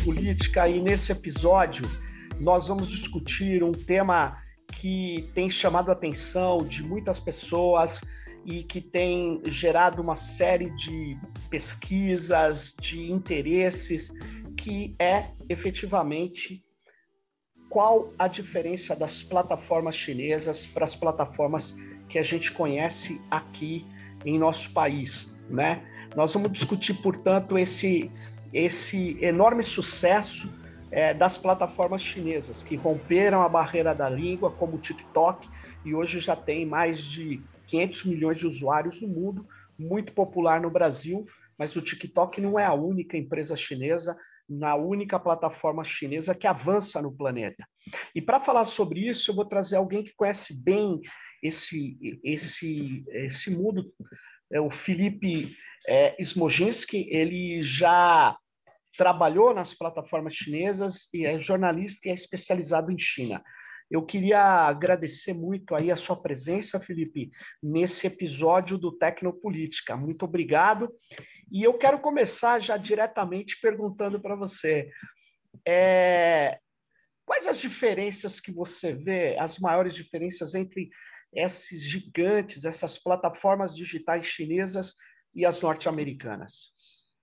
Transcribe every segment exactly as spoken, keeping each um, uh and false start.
Tecnopolítica e nesse episódio nós vamos discutir um tema que tem chamado a atenção de muitas pessoas e que tem gerado uma série de pesquisas, de interesses, que é efetivamente qual a diferença das plataformas chinesas para as plataformas que a gente conhece aqui em nosso país, né? Nós vamos discutir, portanto, esse, esse enorme sucesso é, das plataformas chinesas, que romperam a barreira da língua, como o TikTok, e hoje já tem mais de quinhentos milhões de usuários no mundo, muito popular no Brasil, mas o TikTok não é a única empresa chinesa, na única plataforma chinesa que avança no planeta. E para falar sobre isso, eu vou trazer alguém que conhece bem esse, esse, esse mundo, é o Felipe é, Smoginski. Ele já trabalhou nas plataformas chinesas e é jornalista e é especializado em China. Eu queria agradecer muito aí a sua presença, Felipe, nesse episódio do Tecnopolítica. Muito obrigado. E eu quero começar já diretamente perguntando para você, é, quais as diferenças que você vê, as maiores diferenças entre esses gigantes, essas plataformas digitais chinesas e as norte-americanas?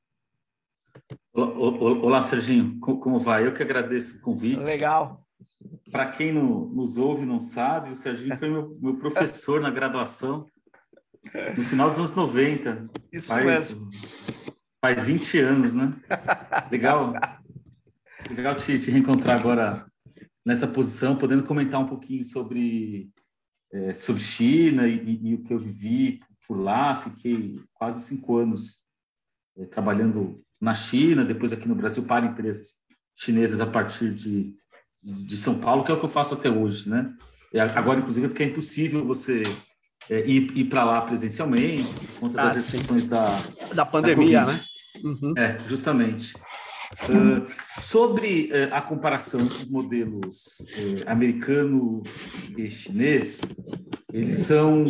Olá, Serginho, como vai? Eu que agradeço o convite. Legal. Para quem não, nos ouve e não sabe, o Serginho foi meu, meu professor na graduação, no final dos anos noventa. Isso faz, mesmo. Faz vinte anos, né? Legal, legal te, te reencontrar agora nessa posição, podendo comentar um pouquinho sobre, é, sobre China e, e, e o que eu vivi por lá. Fiquei quase cinco anos é, trabalhando na China, depois aqui no Brasil para empresas chinesas a partir de, de São Paulo, que é o que eu faço até hoje, né? E agora, inclusive, porque é impossível você é, ir, ir para lá presencialmente, por conta das ah, restrições da, da pandemia, da né? Uhum. É, justamente. Uh, sobre uh, a comparação entre os modelos uh, americano e chinês, eles são,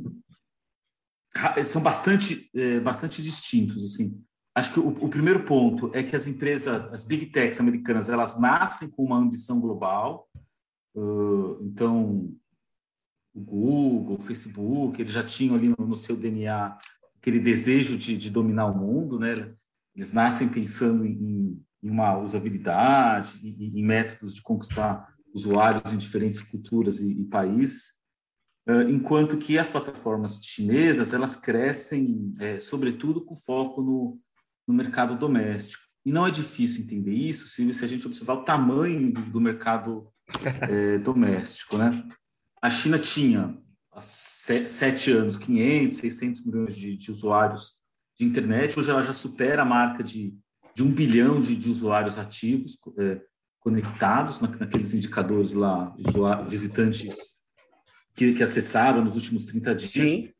são bastante, uh, bastante distintos, assim. Acho que o, o primeiro ponto é que as empresas, as big techs americanas, elas nascem com uma ambição global. Uh, então, o Google, o Facebook, eles já tinham ali no, no seu D N A aquele desejo de, de dominar o mundo, né? Eles nascem pensando em, em uma usabilidade, em, em métodos de conquistar usuários em diferentes culturas e, e países, uh, enquanto que as plataformas chinesas, elas crescem, é, sobretudo, com foco no no mercado doméstico. E não é difícil entender isso se, se a gente observar o tamanho do, do mercado é, doméstico, né? A China tinha, há sete anos, quinhentos, seiscentos milhões de, de usuários de internet. Hoje ela já supera a marca de, de um bilhão de, de usuários ativos é, conectados na, naqueles indicadores lá, usuários, visitantes que, que acessaram nos últimos trinta dias. Sim.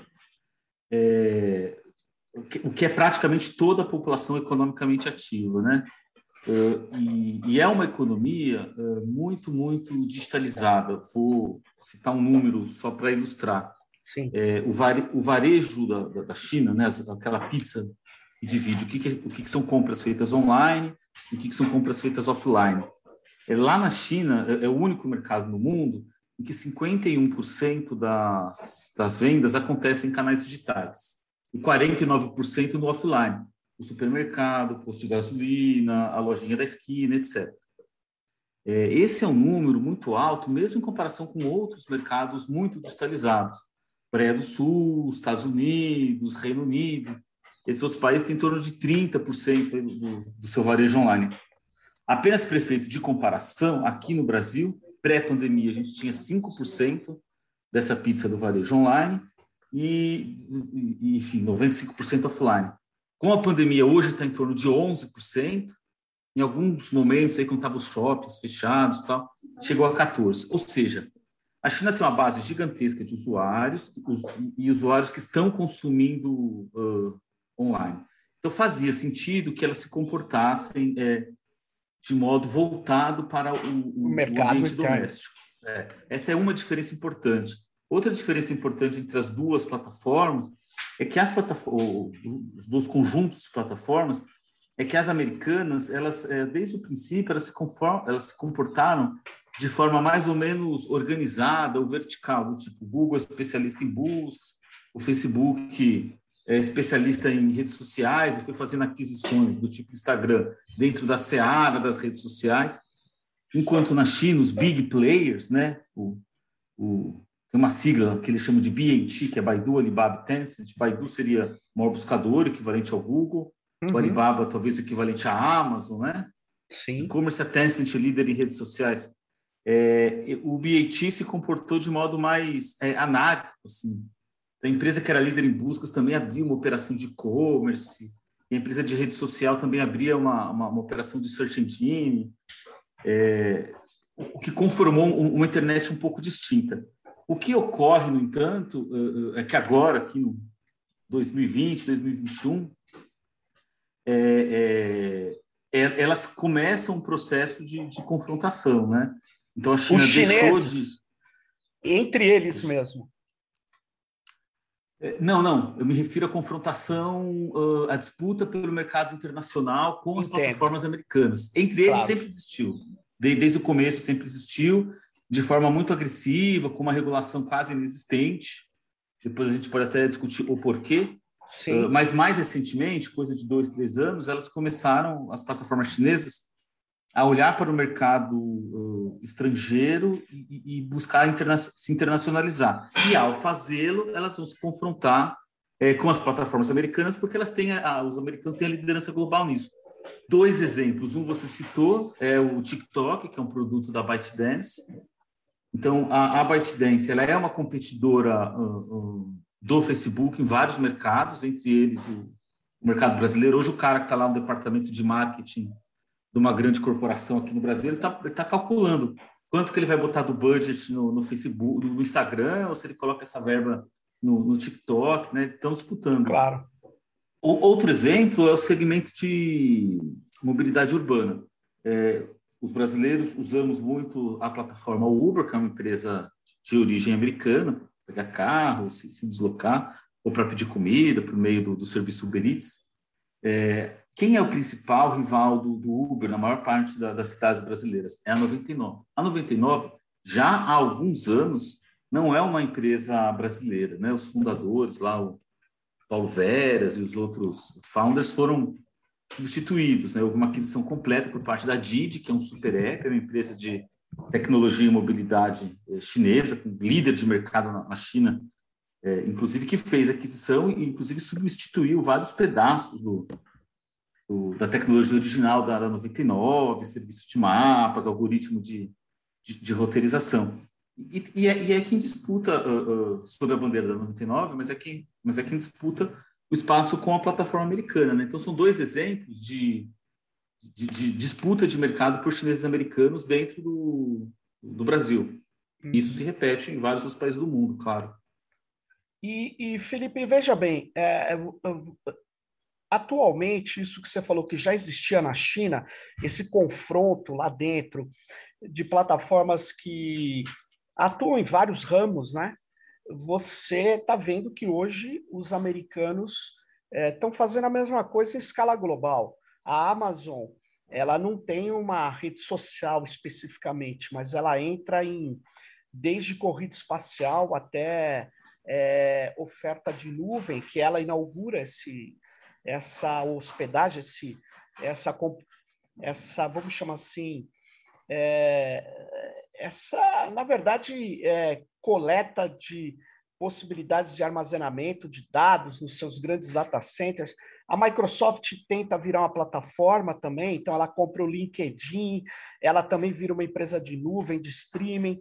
É, o que é praticamente toda a população economicamente ativa, né? E, e é uma economia muito, muito digitalizada. Vou citar um número só para ilustrar. Sim. É, o, vare, o varejo da, da China, né? Aquela pizza de vídeo, o que, que, o que, que são compras feitas online e o que, que são compras feitas offline. É, lá na China, é, é o único mercado no mundo em que cinquenta e um por cento das, das vendas acontecem em canais digitais. E quarenta e nove por cento no offline, o supermercado, o posto de gasolina, a lojinha da esquina, etcétera. É, esse é um número muito alto, mesmo em comparação com outros mercados muito digitalizados. Coreia do Sul, Estados Unidos, Reino Unido. Esses outros países têm em torno de trinta por cento do, do seu varejo online. Apenas para efeito de comparação, aqui no Brasil, pré-pandemia, a gente tinha cinco por cento dessa pizza do varejo online, e, e, enfim, noventa e cinco por cento offline. Com a pandemia, hoje está em torno de onze por cento, em alguns momentos, aí, quando estavam os shoppings fechados, tal, chegou a quatorze por cento. Ou seja, a China tem uma base gigantesca de usuários e, e usuários que estão consumindo uh, online. Então, fazia sentido que elas se comportassem é, de modo voltado para o, o, o ambiente doméstico. É, essa é uma diferença importante. Outra diferença importante entre as duas plataformas é que as plataformas, os dois conjuntos de plataformas, é que as americanas, elas, é, desde o princípio, elas se, conform, elas se comportaram de forma mais ou menos organizada ou vertical, do tipo, o Google é especialista em buscas, o Facebook é especialista em redes sociais e foi fazendo aquisições do tipo Instagram dentro da seara das redes sociais, enquanto na China os big players, né, o, o, tem uma sigla que eles chamam de B A T, que é Baidu, Alibaba e Tencent. Baidu seria o maior buscador, equivalente ao Google, uhum. O Alibaba talvez o equivalente à Amazon, né? Sim. E-commerce, a Tencent, líder em redes sociais. É, o B A T se comportou de modo mais é, anárquico, assim. A empresa que era líder em buscas também abria uma operação de e-commerce, e a empresa de rede social também abria uma, uma, uma operação de search engine, é, o que conformou uma internet um pouco distinta. O que ocorre, no entanto, é que agora, aqui no dois mil e vinte, dois mil e vinte e um, é, é, é, elas começam um processo de, de confrontação, né? Então a China Os chineses, deixou de... Entre eles mesmo. Não, não, eu me refiro à confrontação, uh, à disputa pelo mercado internacional com as Entendo. plataformas americanas. Entre eles Claro. sempre existiu, desde, desde o começo sempre existiu, de forma muito agressiva, com uma regulação quase inexistente. Depois a gente pode até discutir o porquê. Sim. Uh, mas mais recentemente, coisa de dois, três anos, elas começaram, as plataformas chinesas, a olhar para o mercado uh, estrangeiro e, e buscar interna se internacionalizar. E, ao fazê-lo, elas vão se confrontar é, com as plataformas americanas, porque elas têm a, os americanos têm a liderança global nisso. Dois exemplos. Um você citou, é o TikTok, que é um produto da ByteDance. Então, a, a ByteDance ela é uma competidora uh, uh, do Facebook em vários mercados, entre eles o, o mercado brasileiro. Hoje, o cara que está lá no departamento de marketing de uma grande corporação aqui no Brasil, ele está tá calculando quanto que ele vai botar do budget no, no Facebook, no Instagram, ou se ele coloca essa verba no, no TikTok, né? Estão disputando. Claro. O, outro exemplo é o segmento de mobilidade urbana. É, os brasileiros usamos muito a plataforma Uber, que é uma empresa de origem americana, pegar carro, se, se deslocar, ou para pedir comida por meio do, do serviço Uber Eats. É, quem é o principal rival do, do Uber na maior parte da, das cidades brasileiras? É a noventa e nove. A noventa e nove, já há alguns anos, não é uma empresa brasileira, né? Os fundadores lá, o Paulo Veras e os outros founders foram substituídos, né? Houve uma aquisição completa por parte da Didi, que é um super app, é uma empresa de tecnologia e mobilidade chinesa, com líder de mercado na, na China, é, inclusive que fez a aquisição e inclusive substituiu vários pedaços do Do, da tecnologia original da, da noventa e nove, serviço de mapas, algoritmo de, de, de roteirização. E, e, é, e é quem disputa uh, uh, sob a bandeira da noventa e nove, mas é quem, mas é quem disputa o espaço com a plataforma americana, né? Então, são dois exemplos de, de, de disputa de mercado por chineses americanos dentro do, do Brasil. Isso se repete em vários outros países do mundo, claro. E, e Felipe, veja bem, é, é, atualmente, isso que você falou que já existia na China, esse confronto lá dentro de plataformas que atuam em vários ramos, né? Você está vendo que hoje os americanos estão é, fazendo a mesma coisa em escala global. A Amazon, ela não tem uma rede social especificamente, mas ela entra em desde corrida espacial até é, oferta de nuvem, que ela inaugura esse essa hospedagem, esse, essa, essa, vamos chamar assim, é, essa, na verdade, é, coleta de possibilidades de armazenamento de dados nos seus grandes data centers. A Microsoft tenta virar uma plataforma também, então ela compra o LinkedIn, ela também vira uma empresa de nuvem, de streaming,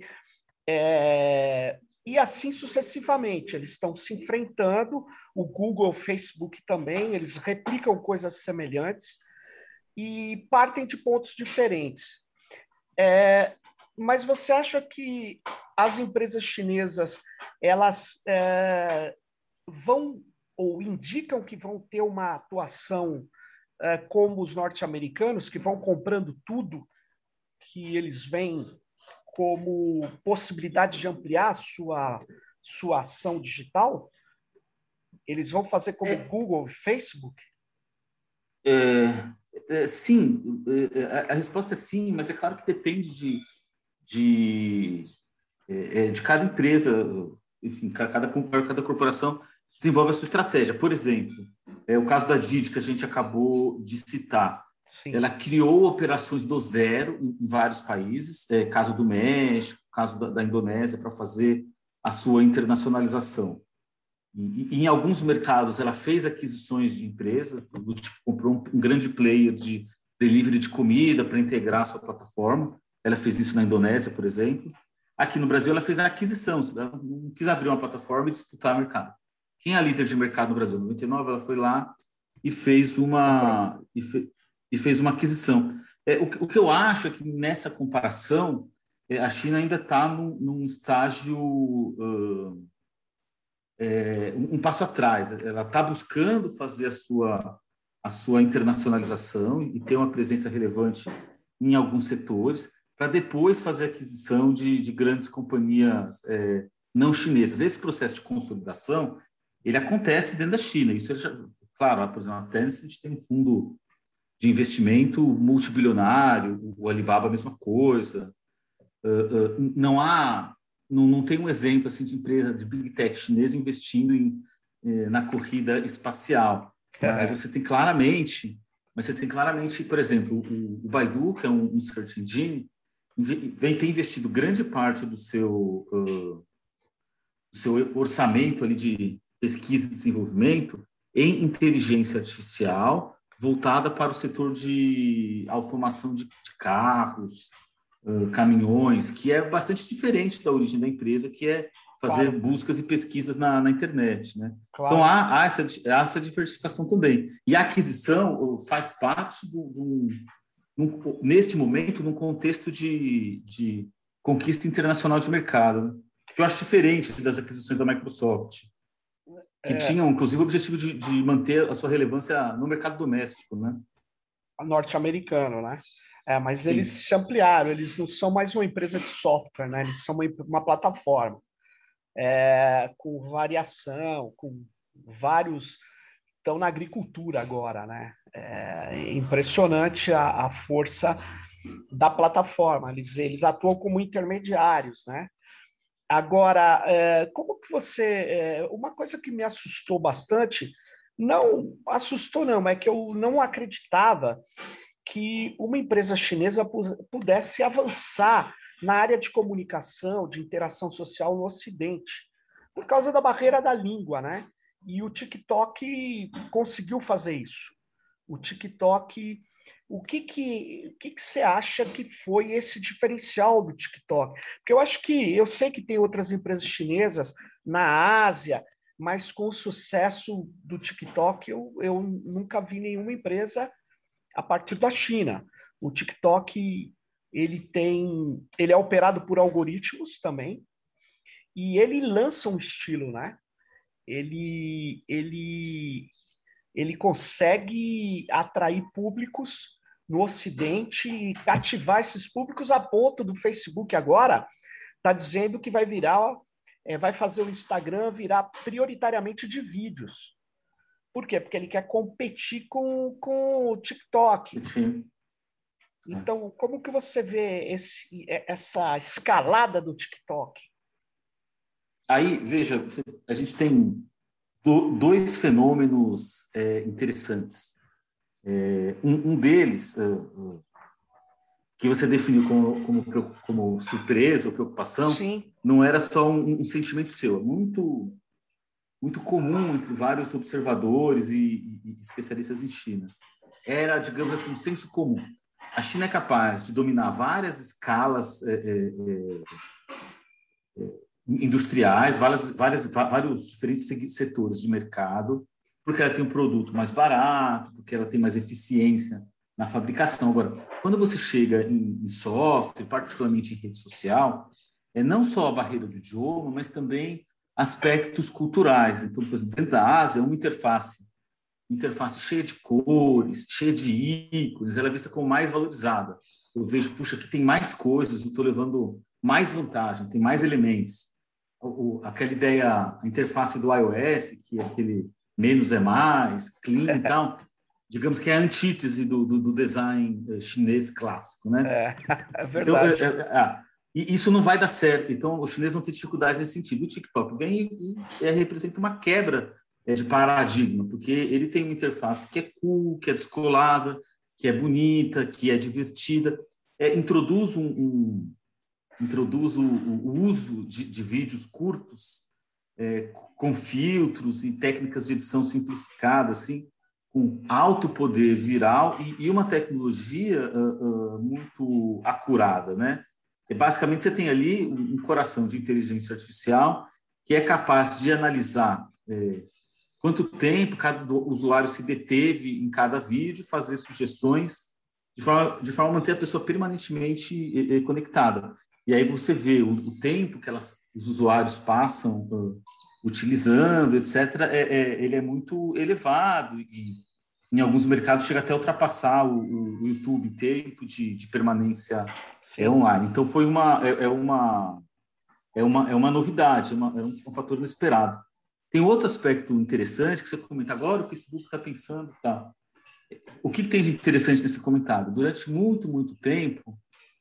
é, e assim sucessivamente. Eles estão se enfrentando, o Google, o Facebook também, eles replicam coisas semelhantes e partem de pontos diferentes. É, mas você acha que as empresas chinesas, elas é, vão ou indicam que vão ter uma atuação é, como os norte-americanos, que vão comprando tudo que eles veem como possibilidade de ampliar a sua, sua ação digital? Eles vão fazer como é, Google e Facebook? É, É, sim, a, a resposta é sim, mas é claro que depende de, de, é, de cada empresa, enfim, cada, cada corporação desenvolve a sua estratégia. Por exemplo, é o caso da Didi, que a gente acabou de citar. Sim. Ela criou operações do zero em vários países, é, caso do México, caso da, da Indonésia, para fazer a sua internacionalização. E, e em alguns mercados ela fez aquisições de empresas, do tipo, comprou um, um grande player de delivery de comida para integrar a sua plataforma. Ela fez isso na Indonésia, por exemplo. Aqui no Brasil ela fez a aquisição, ela não quis abrir uma plataforma e disputar o mercado. Quem é a líder de mercado no Brasil? Em noventa e nove ela foi lá e fez uma, e fe, e fez uma aquisição. É, o, o que eu acho é que nessa comparação, é, a China ainda está num, num estágio... Uh, É, um passo atrás. Ela está buscando fazer a sua, a sua internacionalização e ter uma presença relevante em alguns setores, para depois fazer a aquisição de, de grandes companhias é, não chinesas. Esse processo de consolidação, ele acontece dentro da China. Isso já, claro, por exemplo, a Tencent tem um fundo de investimento multibilionário, o Alibaba a mesma coisa. Uh, uh, não há Não, não tem um exemplo assim de empresa de big tech chinesa investindo em, eh, na corrida espacial, mas você tem claramente, mas você tem claramente, por exemplo, o, o Baidu, que é um, um search engine, vem ter investido grande parte do seu uh, do seu orçamento ali de pesquisa e desenvolvimento em inteligência artificial voltada para o setor de automação de, de carros, Uh, caminhões, que é bastante diferente da origem da empresa, que é fazer claro. buscas e pesquisas na, na internet, né? Claro. Então, há, há, essa, há essa diversificação também. E a aquisição faz parte, do, do, do, neste momento, num contexto de, de conquista internacional de mercado, né? Que eu acho diferente das aquisições da Microsoft, que é. tinham, inclusive, o objetivo de, de manter a sua relevância no mercado doméstico, né? Norte-americano, né? É, mas eles Sim. se ampliaram, eles não são mais uma empresa de software, né? Eles são uma, uma plataforma é, com variação, com vários... Estão na agricultura agora, né? É impressionante a, a força da plataforma. Eles, eles atuam como intermediários, né? Agora, é, como que você... É, uma coisa que me assustou bastante, não assustou não, é que eu não acreditava que uma empresa chinesa pudesse avançar na área de comunicação, de interação social no Ocidente, por causa da barreira da língua, né? E o TikTok conseguiu fazer isso. O TikTok, o que que, o que que você acha que foi esse diferencial do TikTok? Porque eu acho que, eu sei que tem outras empresas chinesas na Ásia, mas com o sucesso do TikTok, eu, eu nunca vi nenhuma empresa a partir da China. O TikTok, ele tem, ele é operado por algoritmos também, e ele lança um estilo, né? Ele, ele, ele consegue atrair públicos no Ocidente e cativar esses públicos a ponto do Facebook agora tá dizendo que vai virar, é, vai fazer o Instagram virar prioritariamente de vídeos. Por quê? Porque ele quer competir com, com o TikTok. Sim. Então, como que você vê esse, essa escalada do TikTok? Aí, veja, a gente tem dois fenômenos é, interessantes. É, um, um deles, uh, uh, que você definiu como, como, como surpresa ou preocupação, Sim. não era só um, um sentimento seu, é muito... muito comum entre vários observadores e, e especialistas em China. Era, digamos assim, um senso comum. A China é capaz de dominar várias escalas é, é, é, industriais, várias, várias, vários diferentes setores de mercado, porque ela tem um produto mais barato, porque ela tem mais eficiência na fabricação. Agora, quando você chega em, em software, particularmente em rede social, é não só a barreira do idioma, mas também aspectos culturais. Então, por exemplo, dentro da Ásia, é uma interface, interface cheia de cores, cheia de ícones, ela é vista como mais valorizada. Eu vejo, puxa, aqui tem mais coisas, eu estou levando mais vantagem, tem mais elementos. O, aquela ideia, a interface do iOS, que é aquele menos é mais, clean e tal, digamos que é a antítese do, do, do design chinês clássico, né? É, é verdade. Então, é, é, é, e isso não vai dar certo. Então, os chineses vão ter dificuldade nesse sentido. O TikTok vem e, e é, representa uma quebra é, de paradigma, porque ele tem uma interface que é cool, que é descolada, que é bonita, que é divertida. É, introduz um, um introduz o, o uso de, de vídeos curtos é, com filtros e técnicas de edição simplificadas, assim, com alto poder viral e, e uma tecnologia uh, uh, muito acurada, né? E basicamente você tem ali um coração de inteligência artificial que é capaz de analisar é, quanto tempo cada usuário se deteve em cada vídeo, fazer sugestões de forma, de forma a manter a pessoa permanentemente é, conectada. E aí você vê o, o tempo que elas, os usuários passam uh, utilizando, etcétera, é, é, ele é muito elevado e em alguns mercados chega até a ultrapassar o, o YouTube em tempo de, de permanência é, online. Então foi uma é, é uma é uma é uma novidade, é, uma, é um, um fator inesperado. Tem outro aspecto interessante que você comenta agora. O Facebook está pensando, tá? O que, que tem de interessante nesse comentário? Durante muito muito tempo,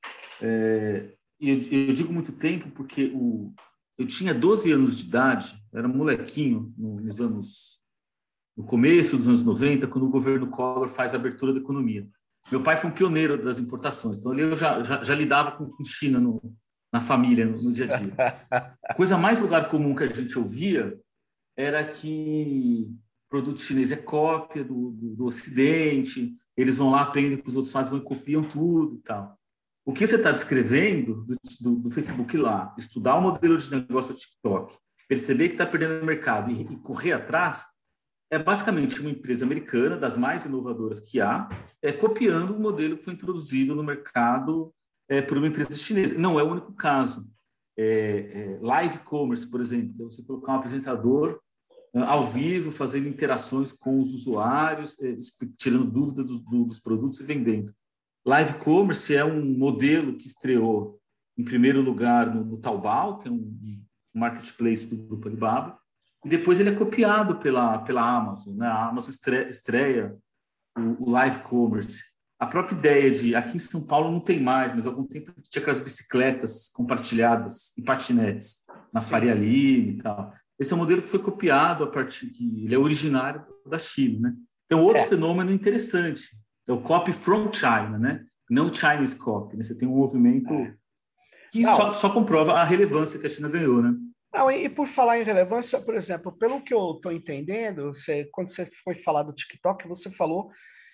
é, e eu, eu digo muito tempo porque o, eu tinha doze anos de idade, era um molequinho no, nos anos no começo dos anos noventa, quando o governo Collor faz a abertura da economia. Meu pai foi um pioneiro das importações, então ali eu já, já, já lidava com, com China no, na família, no, no dia a dia. A coisa mais lugar comum que a gente ouvia era que produto chinês é cópia do, do, do Ocidente, eles vão lá, aprendem o que os outros fazem, vão e copiam tudo e tal. O que você está descrevendo do, do, do Facebook lá, estudar o modelo de negócio do TikTok, perceber que está perdendo o mercado e, e correr atrás, é basicamente uma empresa americana, das mais inovadoras que há, é, copiando um modelo que foi introduzido no mercado é, por uma empresa chinesa. Não é o único caso. É, é, live commerce, por exemplo, é você colocar um apresentador é, ao vivo, fazendo interações com os usuários, é, tirando dúvidas dos, dos produtos e vendendo. Live commerce é um modelo que estreou, em primeiro lugar, no, no Taobao, que é um, um marketplace do grupo Alibaba, e depois ele é copiado pela, pela Amazon, né? A Amazon estreia, estreia o, o live commerce. A própria ideia de, aqui em São Paulo não tem mais, mas há algum tempo tinha aquelas bicicletas compartilhadas e patinetes na Faria Lima e tal. Esse é um modelo que foi copiado a partir que ele é originário da China, né? Tem um outro é. fenômeno interessante, é o copy from China, né? Não Chinese copy, né? Você tem um movimento é. que só, só comprova a relevância que a China ganhou, né? Não, e, e por falar em relevância, por exemplo, pelo que eu estou entendendo, você, quando você foi falar do TikTok, você falou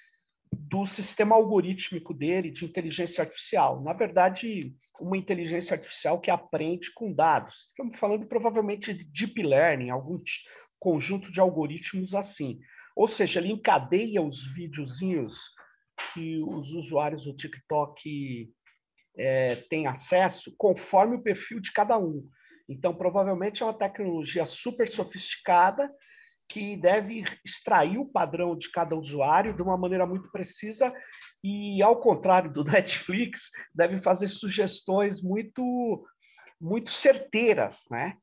do sistema algorítmico dele, de inteligência artificial. Na verdade, uma inteligência artificial que aprende com dados. Estamos falando provavelmente de deep learning, algum conjunto de algoritmos assim. Ou seja, ele encadeia os videozinhos que os usuários do TikTok é, têm acesso conforme o perfil de cada um. Então, provavelmente é uma tecnologia super sofisticada que deve extrair o padrão de cada usuário de uma maneira muito precisa e, ao contrário do Netflix, deve fazer sugestões muito, muito certeiras, né?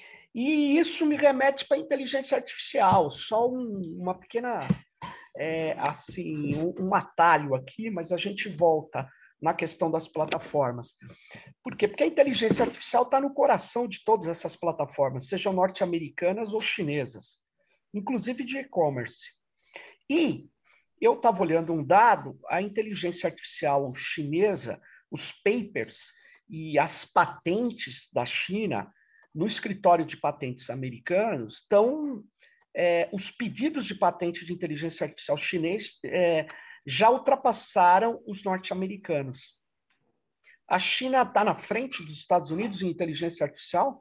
E isso me remete para a inteligência artificial. Só um, uma pequena, é, assim, um, um atalho aqui, mas a gente volta na questão das plataformas. Por quê? Porque a inteligência artificial está no coração de todas essas plataformas, sejam norte-americanas ou chinesas, inclusive de e-commerce. E eu estava olhando um dado, a inteligência artificial chinesa, os papers e as patentes da China, no escritório de patentes americanos, estão, é, os pedidos de patente de inteligência artificial chinês é, já ultrapassaram os norte-americanos. A China está na frente dos Estados Unidos em inteligência artificial?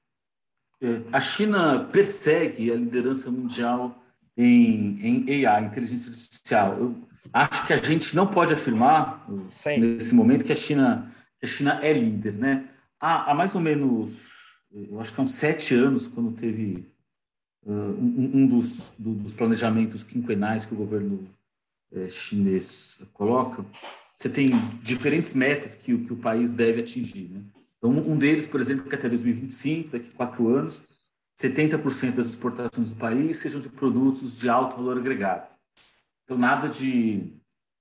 É, a China persegue a liderança mundial em, em A I, inteligência artificial. Eu acho que a gente não pode afirmar, Sim. nesse momento, que a China, que a China é líder, né? Há, há mais ou menos, eu acho que há uns sete anos, quando teve uh, um, um dos, do, dos planejamentos quinquenais que o governo uh, chinês coloca, você tem diferentes metas que, que o país deve atingir, né? Então, um deles, por exemplo, que até dois mil e vinte e cinco, daqui a quatro anos, setenta por cento das exportações do país sejam de produtos de alto valor agregado. Então, nada de,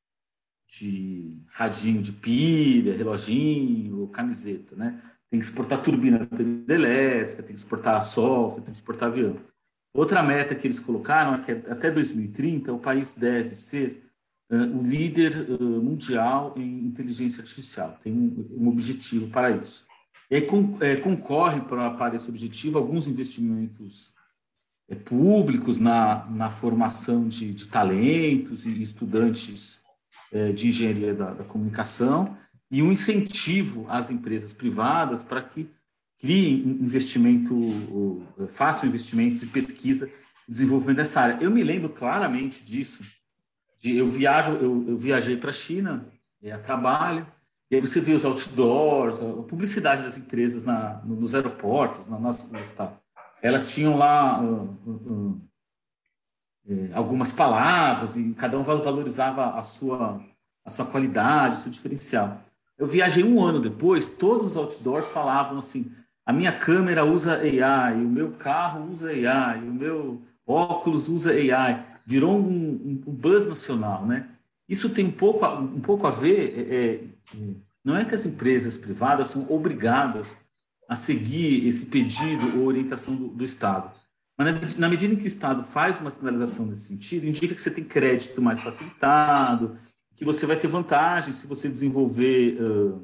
de radinho de pilha, reloginho, camiseta, né? Tem que exportar turbina elétrica, tem que exportar software, tem que exportar avião. Outra meta que eles colocaram é que até dois mil e trinta o país deve ser uh, o líder uh, mundial em inteligência artificial. Tem um, um objetivo para isso. E aí con, é, concorre para, para esse objetivo alguns investimentos é, públicos na, na formação de, de talentos e estudantes é, de engenharia da, da comunicação e um incentivo às empresas privadas para que criem investimento, façam investimentos de pesquisa e desenvolvimento dessa área. Eu me lembro claramente disso. De, eu, viajo, eu, eu viajei para a China é, a trabalho, e aí você vê os outdoors, a publicidade das empresas na, nos aeroportos, na, nas ruas. Tá? Elas tinham lá uh, uh, uh, uh, algumas palavras e cada um valorizava a sua, a sua qualidade, o seu diferencial. Eu viajei um ano depois, todos os outdoors falavam assim: a minha câmera usa A I, o meu carro usa A I, o meu óculos usa A I. Virou um, um, um buzz nacional, né? Isso tem um pouco, um pouco a ver, é, é, não é que as empresas privadas são obrigadas a seguir esse pedido ou orientação do, do Estado. Mas na, na medida em que o Estado faz uma sinalização nesse sentido, indica que você tem crédito mais facilitado, que você vai ter vantagem se você desenvolver uh,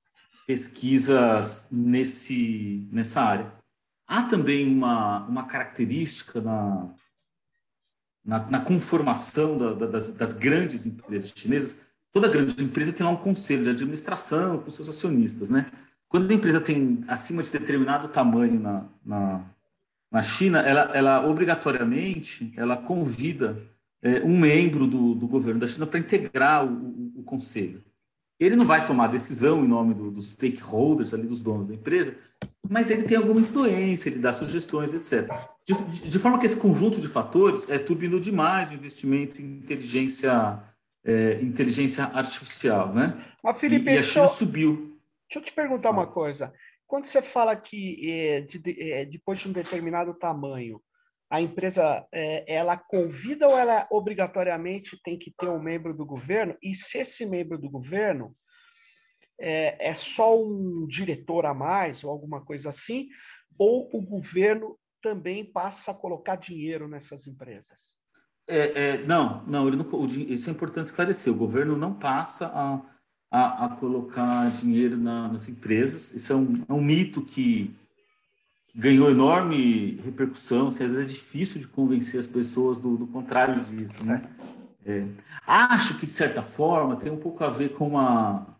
pesquisas nesse, nessa área. Há também uma, uma característica na, na, na conformação da, da, das, das grandes empresas chinesas. Toda grande empresa tem lá um conselho de administração com seus acionistas, né? Quando a empresa tem acima de determinado tamanho na, na, na China, ela, ela obrigatoriamente ela convida é, um membro do, do governo da China para integrar o, o, o conselho. Ele não vai tomar decisão em nome do, dos stakeholders, ali, dos donos da empresa, mas ele tem alguma influência, ele dá sugestões, etcétera. De, de, de forma que esse conjunto de fatores é, turbinou demais o investimento em inteligência, é, inteligência artificial, né? Mas, Felipe, e, e a China deixa, subiu. deixa eu te perguntar uma coisa. Quando você fala que é, de, de, é, depois de um determinado tamanho, a empresa é, ela convida ou ela obrigatoriamente tem que ter um membro do governo? E se esse membro do governo é, é só um diretor a mais ou alguma coisa assim, ou o governo também passa a colocar dinheiro nessas empresas? É, é, não, não, ele não, isso é importante esclarecer. O governo não passa a, a, a colocar dinheiro na, nas empresas. Isso é um, é um mito que ganhou enorme repercussão, assim, às vezes é difícil de convencer as pessoas do, do contrário disso, né? É, acho que, de certa forma, tem um pouco a ver com uma...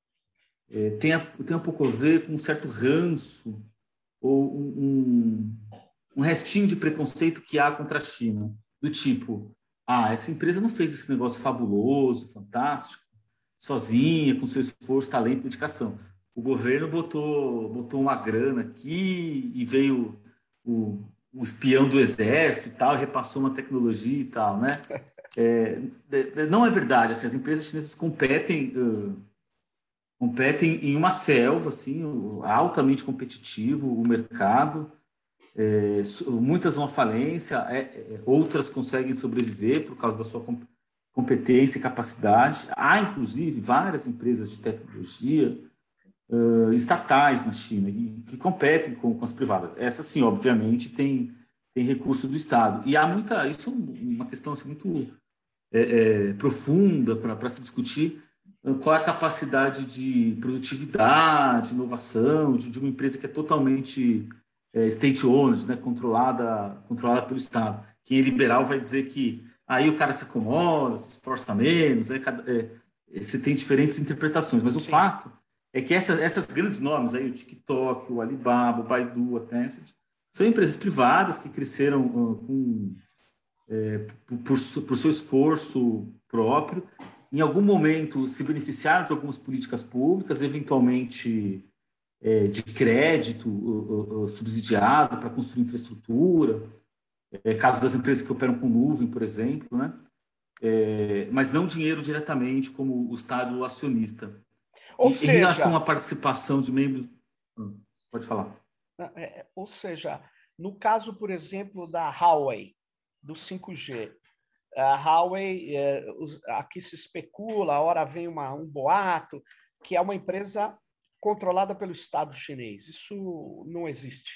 É, tem, a, tem um pouco a ver com um certo ranço ou um, um, um restinho de preconceito que há contra a China, do tipo, ah, essa empresa não fez esse negócio fabuloso, fantástico, sozinha, com seu esforço, talento e dedicação. O governo botou, botou uma grana aqui e veio o, o espião do exército e tal, e repassou uma tecnologia e tal, né? É, não é verdade. Assim, as empresas chinesas competem, uh, competem em uma selva, assim, altamente competitivo, o mercado. É, muitas vão à falência, é, é, outras conseguem sobreviver por causa da sua competência e capacidade. Há, inclusive, várias empresas de tecnologia Uh, estatais na China, que, que competem com, com as privadas. Essa, sim, obviamente, tem, tem recurso do Estado. E há muita... Isso é uma questão assim, muito é, é, profunda para se discutir uh, qual é a capacidade de produtividade, inovação de, de uma empresa que é totalmente é, state-owned, né, controlada, controlada pelo Estado. Quem é liberal vai dizer que aí o cara se acomoda, se esforça menos, é, é, você tem diferentes interpretações, mas o sim. fato é que essas, essas grandes nomes, aí, o TikTok, o Alibaba, o Baidu, a Tencent, são empresas privadas que cresceram uh, com, é, por, por seu esforço próprio. Em algum momento se beneficiaram de algumas políticas públicas, eventualmente é, de crédito uh, uh, subsidiado para construir infraestrutura, é, caso das empresas que operam com nuvem, por exemplo, né? É, mas não dinheiro diretamente como o Estado acionista. Ou e, seja, em relação à participação de membros... Pode falar. É, ou seja, no caso, por exemplo, da Huawei, do cinco G, a Huawei, é, aqui se especula, a hora vem uma, um boato, que é uma empresa controlada pelo Estado chinês. Isso não existe.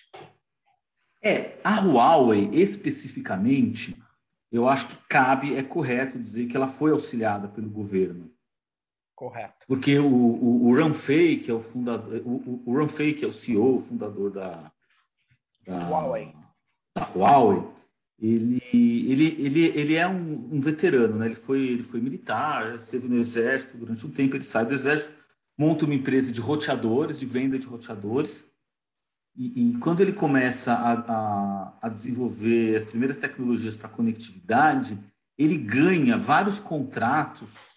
É, a Huawei, especificamente, eu acho que cabe, é correto dizer que ela foi auxiliada pelo governo. Correto. Porque o, o, o Ran Fei, que é o fundador, o, o Ran Fei, que é o C E O, o fundador da, da Huawei, da Huawei, ele, ele, ele, ele é um, um veterano, né? Ele foi, ele foi militar, esteve no exército durante um tempo, ele sai do exército, monta uma empresa de roteadores, de venda de roteadores, e, e quando ele começa a, a, a desenvolver as primeiras tecnologias para conectividade, ele ganha vários contratos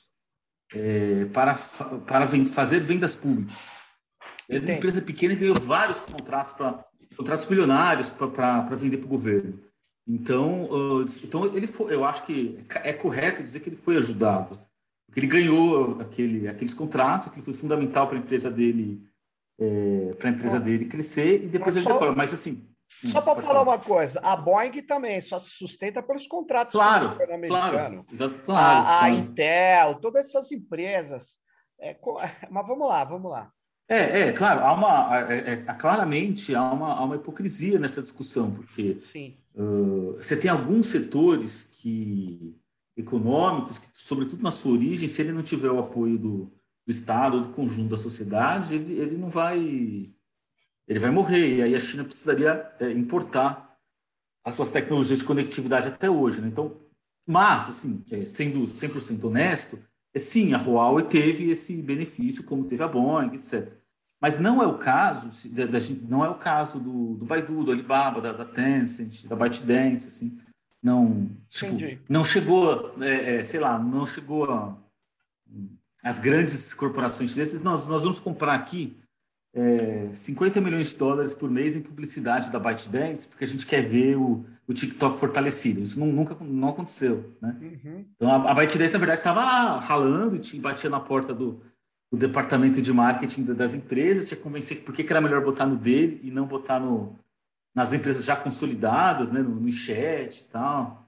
é, para, para fazer vendas públicas. Ele é uma empresa pequena e ganhou vários contratos, para contratos bilionários para vender para o governo. Então, uh, então ele foi, eu acho que é correto dizer que ele foi ajudado, porque ele ganhou aquele, aqueles contratos, que foi fundamental para a empresa dele, é, para a empresa dele crescer, e depois ele decola. Mas assim, só para falar, falar uma coisa, a Boeing também só se sustenta pelos contratos claro, claro, exato, claro, a, a claro. Intel, todas essas empresas. É, mas vamos lá, vamos lá. É, é, claro, há uma, é, é, claramente há uma, há uma hipocrisia nessa discussão, porque uh, você tem alguns setores que, econômicos, que, sobretudo na sua origem, se ele não tiver o apoio do, do Estado ou do conjunto da sociedade, ele, ele não vai, ele vai morrer, e aí a China precisaria é, importar as suas tecnologias de conectividade até hoje, né? Então, mas, assim, é, sendo cem por cento honesto, sim, a Huawei teve esse benefício, como teve a Boeing, etcétera. Mas não é o caso, não é o caso do, do Baidu, do Alibaba, da, da Tencent, da ByteDance, assim. Não, tipo, não chegou, é, é, sei lá, não chegou a, as grandes corporações chinesas. Nós, nós vamos comprar aqui é, cinquenta milhões de dólares por mês em publicidade da ByteDance, porque a gente quer ver o, o TikTok fortalecido. Isso não, nunca não aconteceu, né? Uhum. Então a, a ByteDance, na verdade, estava lá ralando e batia na porta do, do departamento de marketing das empresas, tinha que convencer por que era melhor botar no dele e não botar no, nas empresas já consolidadas, né? no, no chat e tal.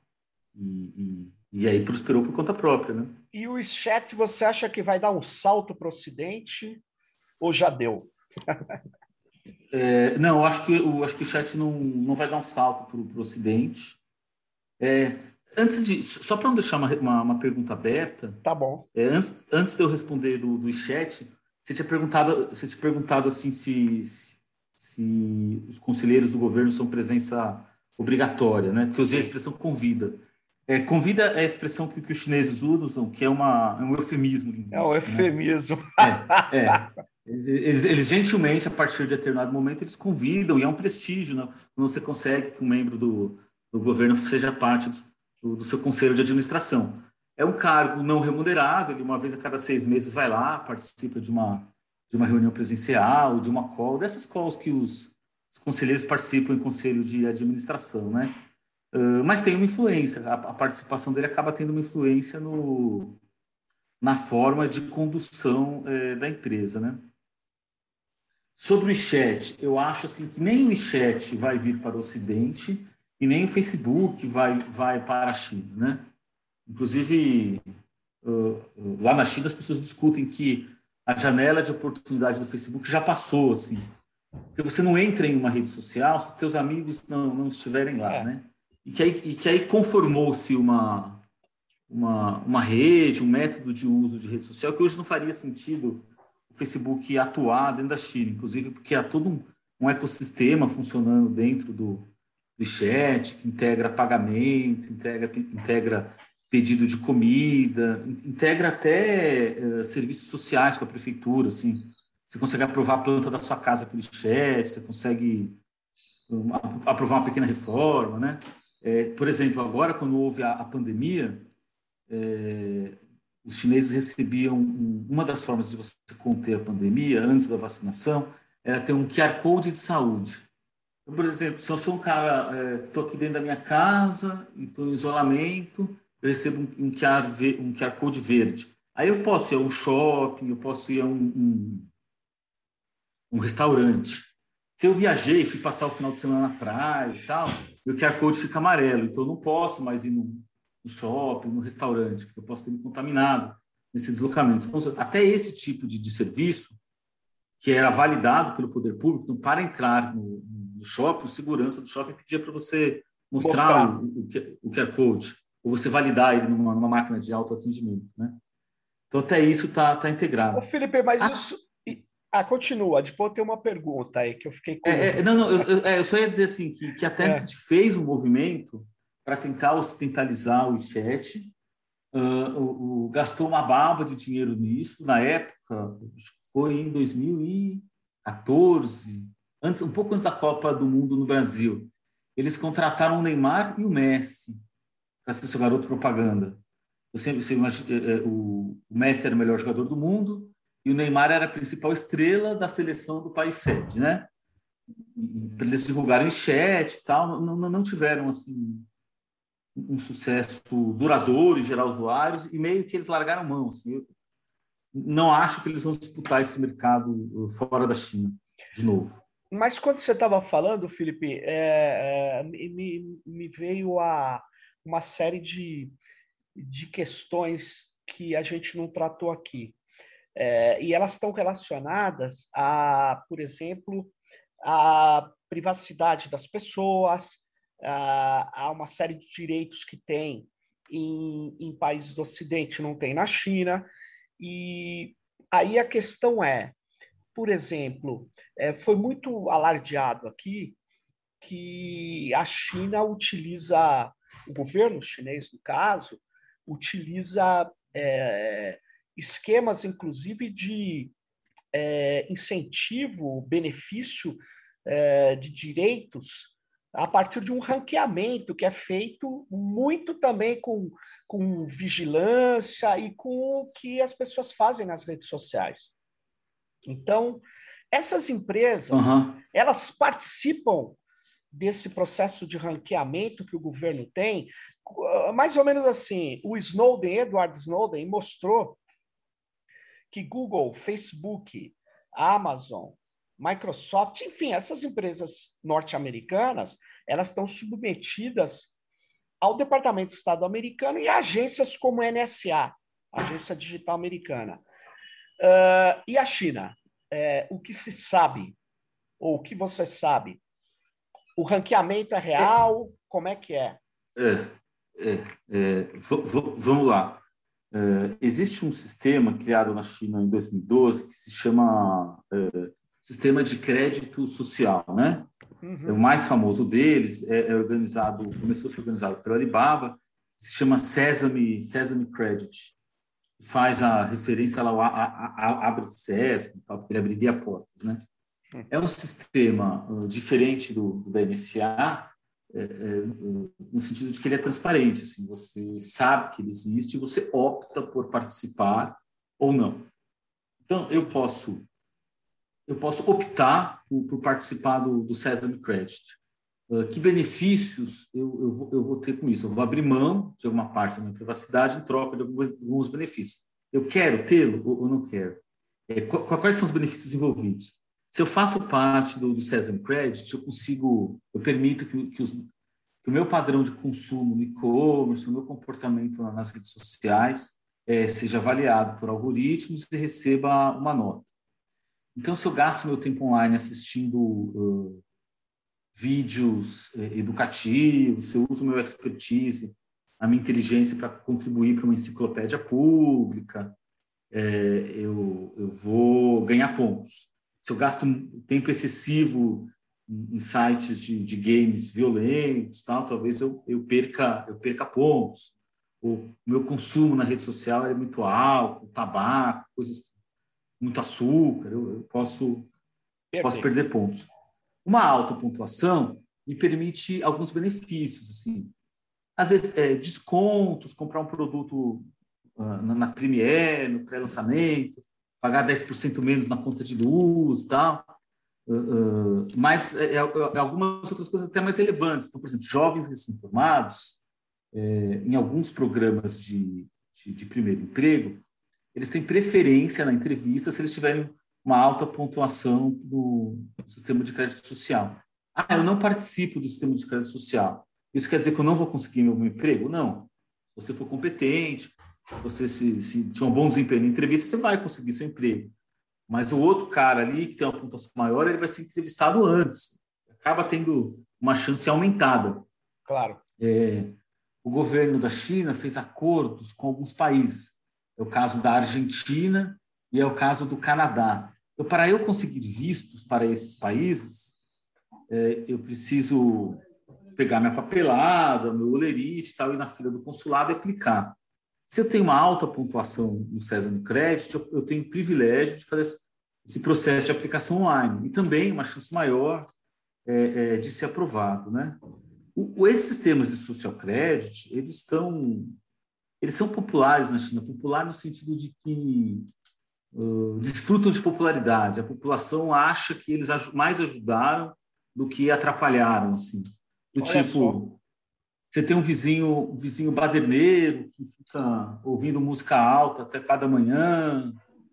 E, e, e aí prosperou por conta própria, né? E o chat, você acha que vai dar um salto para o Ocidente ou já deu? É, não, eu acho que, eu acho que o chat não, não vai dar um salto para o Ocidente. É, antes de, só para não deixar uma, uma, uma pergunta aberta, tá bom. É, antes, antes de eu responder do, do chat, você tinha perguntado, você tinha perguntado assim se, se, se os conselheiros do governo são presença obrigatória, né? Porque eu usei a expressão convida. É, convida é a expressão que, que os chineses usam, que é, uma, é um eufemismo linguístico. É um eufemismo. Né? É, é. Eles, eles, gentilmente, a partir de determinado momento, eles convidam, e é um prestígio, né? Quando você consegue que um membro do, do governo seja parte do, do seu conselho de administração. É um cargo não remunerado, ele uma vez a cada seis meses vai lá, participa de uma, de uma reunião presencial, de uma call, dessas calls que os, os conselheiros participam em conselho de administração, né? Uh, mas tem uma influência, a, a participação dele acaba tendo uma influência no, na forma de condução eh, da empresa, né? Sobre o WeChat, eu acho assim que nem o WeChat vai vir para o Ocidente e nem o Facebook vai, vai para a China, né? Inclusive, uh, uh, lá na China as pessoas discutem que a janela de oportunidade do Facebook já passou, assim. Porque você não entra em uma rede social se os teus amigos não, não estiverem lá, é. né? E que aí, e que aí conformou-se uma, uma, uma rede, um método de uso de rede social que hoje não faria sentido o Facebook atuar dentro da China, inclusive porque há todo um, um ecossistema funcionando dentro do, do chat, que integra pagamento, integra, integra pedido de comida, integra até uh, serviços sociais com a prefeitura, assim. Você consegue aprovar a planta da sua casa pelo chat, você consegue um, aprovar uma pequena reforma, né? É, por exemplo, agora, quando houve a, a pandemia, é, os chineses recebiam um, uma das formas de você conter a pandemia antes da vacinação era ter um Q R Code de saúde. Então, por exemplo, se eu sou um cara, estou é, aqui dentro da minha casa e estou em isolamento, eu recebo um, um, Q R, um Q R Code verde. Aí eu posso ir a um shopping, eu posso ir a um, um, um restaurante. Se eu viajei, fui passar o final de semana na praia e tal, meu Q R Code fica amarelo, então eu não posso mais ir no, no shopping, no restaurante, porque eu posso ter me contaminado nesse deslocamento. Então, até esse tipo de, de serviço, que era validado pelo poder público, então, para entrar no, no shopping, o segurança do shopping pedia para você mostrar, mostrar. O, o, o Q R Code, ou você validar ele numa, numa máquina de autoatendimento, né? Então, até isso está tá integrado. Ô, Felipe, mas ah, isso... Ah, continua. Depois tem uma pergunta aí que eu fiquei com... É, é, não, não, eu, eu, eu só ia dizer assim, que, que a Tencent é. fez um movimento para tentar ocidentalizar o WeChat, uh, o, o, gastou uma baba de dinheiro nisso, na época, foi em dois mil e quatorze, antes, um pouco antes da Copa do Mundo no Brasil. Eles contrataram o Neymar e o Messi para ser seu garoto propaganda. Eu sempre, você imagina, o, o Messi era o melhor jogador do mundo e o Neymar era a principal estrela da seleção do país sede, né? Para eles divulgarem chat e tal, não, não, não tiveram assim um sucesso duradouro e gerar usuários, e meio que eles largaram mão. Assim, eu não acho que eles vão disputar esse mercado fora da China, de novo. Mas quando você estava falando, Felipe, é, é, me, me veio a uma série de, de questões que a gente não tratou aqui. É, e elas estão relacionadas a, por exemplo, a privacidade das pessoas, a, a uma série de direitos que tem em, em países do Ocidente, não tem na China. E aí a questão é, por exemplo, é, foi muito alardeado aqui que a China utiliza, o governo chinês, no caso, utiliza é, esquemas, inclusive, de é, incentivo, benefício é, de direitos a partir de um ranqueamento que é feito muito também com, com vigilância e com o que as pessoas fazem nas redes sociais. Então, essas empresas, uhum. elas participam desse processo de ranqueamento que o governo tem, mais ou menos assim, o Snowden, Edward Snowden, mostrou que Google, Facebook, Amazon, Microsoft, enfim, essas empresas norte-americanas, elas estão submetidas ao Departamento de Estado americano e a agências como a N S A, Agência Digital Americana. Uh, e a China? É, o que se sabe, ou o que você sabe? O ranqueamento é real? É, como é que é? É, é, é vamos lá. É, existe um sistema criado na China em dois mil e doze que se chama é, Sistema de Crédito Social, né? Uhum. O mais famoso deles é, é organizado, começou a ser organizado pela Alibaba, se chama Sesame, Sesame Credit. Faz a referência lá, a, a, a, abre Sesame, porque ele abriria portas, né? Uhum. É um sistema uh, diferente do, do da N S A, é, é, no sentido de que ele é transparente, assim, você sabe que ele existe e você opta por participar ou não. Então, eu posso, eu posso optar por, por participar do, do Sesame Credit. Uh, que benefícios eu, eu, vou, eu vou ter com isso? Eu vou abrir mão de alguma parte da minha privacidade em troca de alguns benefícios. Eu quero tê-lo ou, ou não quero? É, quais são os benefícios envolvidos? Se eu faço parte do, do Sesame Credit, eu consigo, eu permito que, que, os, que o meu padrão de consumo no e-commerce, o meu comportamento nas redes sociais é, seja avaliado por algoritmos e receba uma nota. Então, se eu gasto meu tempo online assistindo uh, vídeos uh, educativos, se eu uso meu expertise, a minha inteligência para contribuir para uma enciclopédia pública, é, eu, eu vou ganhar pontos. Se eu gasto um tempo excessivo em sites de, de games violentos, tal, talvez eu, eu, perca, eu perca pontos. O meu consumo na rede social é muito álcool, tabaco, coisas, muito açúcar, eu, eu posso, posso perder pontos. Uma alta pontuação me permite alguns benefícios, assim. Às vezes, é, descontos, comprar um produto uh, na, na Premiere, no pré-lançamento, pagar dez por cento menos na conta de luz e tal. Uh, uh, mas é, é, algumas outras coisas até mais relevantes. Então, por exemplo, jovens recém-formados, é, em alguns programas de, de, de primeiro emprego, eles têm preferência na entrevista se eles tiverem uma alta pontuação do, do sistema de crédito social. Ah, eu não participo do sistema de crédito social. Isso quer dizer que eu não vou conseguir meu, meu emprego? Não. você for competente, se você se, se tiver um bom desempenho na entrevista, você vai conseguir seu emprego. Mas o outro cara ali, que tem uma pontuação maior, ele vai ser entrevistado antes. Acaba tendo uma chance aumentada. Claro. É, o governo da China fez acordos com alguns países. É o caso da Argentina e é o caso do Canadá. Então, para eu conseguir vistos para esses países, é, eu preciso pegar minha papelada, meu olerite e tal, ir na fila do consulado e aplicar. Se eu tenho uma alta pontuação no Sesame Credit, eu, eu tenho o privilégio de fazer esse processo de aplicação online e também uma chance maior é, é, de ser aprovado, né? O, o, esses sistemas de social credit, eles estão, eles são populares na China, popular no sentido de que uh, desfrutam de popularidade. A população acha que eles mais ajudaram do que atrapalharam, assim. Do Olha tipo, só. Você tem um vizinho, um vizinho baderneiro que fica ouvindo música alta até cada manhã,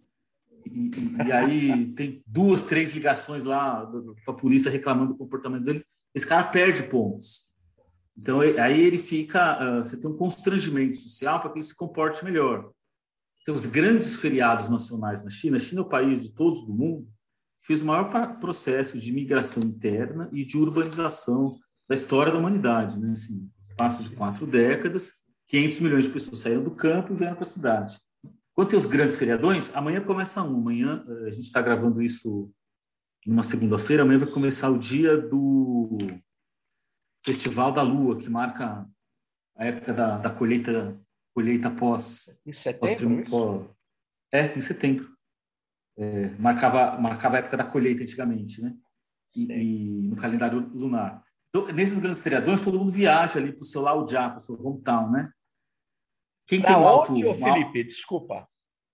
e, e, e aí tem duas, três ligações lá para a polícia reclamando do comportamento dele. Esse cara perde pontos. Então, aí ele fica... Uh, você tem um constrangimento social para que ele se comporte melhor. Então, os grandes feriados nacionais na China, a China é o país de todos do mundo que fez o maior processo de migração interna e de urbanização da história da humanidade, né? Assim, espaço de quatro décadas, quinhentos milhões de pessoas saíram do campo e vieram para a cidade. Quanto tem os grandes feriadões, amanhã começa um. Amanhã, a gente está gravando isso numa segunda-feira, amanhã vai começar o dia do Festival da Lua, que marca a época da, da colheita, colheita pós... Em setembro, pós, É, em setembro. É, marcava, marcava a época da colheita antigamente, né? E, e no calendário lunar. Então, nesses grandes feriadões, todo mundo viaja ali para o seu Laojia, para o seu hometown, né? Quem pra tem um alto... onde, ô Felipe? Um... Desculpa.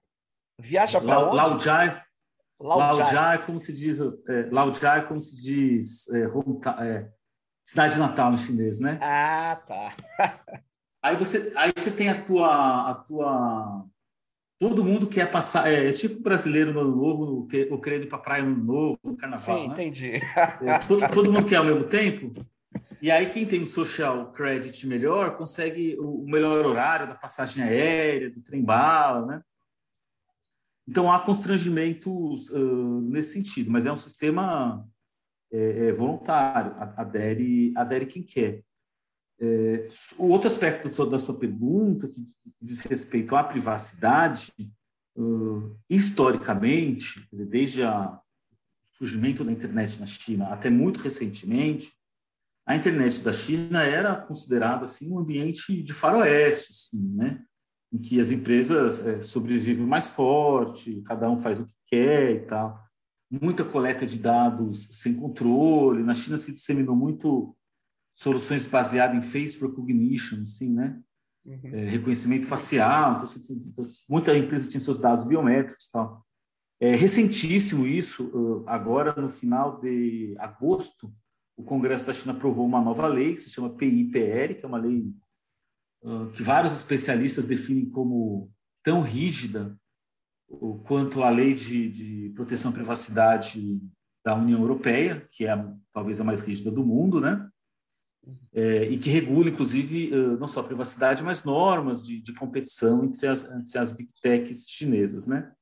Viaja para onde? Laojia, Laojia é como se diz... É, Laojia é como se diz... É, hometown, é, cidade natal em chinês, né? Ah, tá. aí, você, aí você tem a tua... A tua todo mundo quer passar... É, é tipo brasileiro no Ano Novo, ou querendo ir para a praia no Ano Novo, no Carnaval, Sim, né? entendi. É, todo, todo mundo quer ao mesmo tempo. E aí quem tem o social credit melhor consegue o melhor horário da passagem aérea, do trem-bala, né? Então há constrangimentos uh, nesse sentido, mas é um sistema é, é, voluntário, adere, adere quem quer. É, o outro aspecto da sua pergunta, que diz respeito à privacidade, uh, historicamente, desde o surgimento da internet na China até muito recentemente, a internet da China era considerada assim, um ambiente de faroeste, assim, né? Em que as empresas é, sobrevivem mais forte, cada um faz o que quer e tal. Muita coleta de dados sem controle. Na China se disseminou muito soluções baseadas em face recognition, assim, né? Uhum. É, reconhecimento facial. Então, você tem, muita empresa tinha seus dados biométricos e tal. É recentíssimo isso. Agora, no final de agosto, o Congresso da China aprovou uma nova lei que se chama P I P L, que é uma lei uh, que vários especialistas definem como tão rígida uh, quanto a lei de, de proteção à privacidade da União Europeia, que é a, talvez a mais rígida do mundo, né? É, e que regula, inclusive, uh, não só a privacidade, mas normas de, de competição entre as, entre as big techs chinesas, né?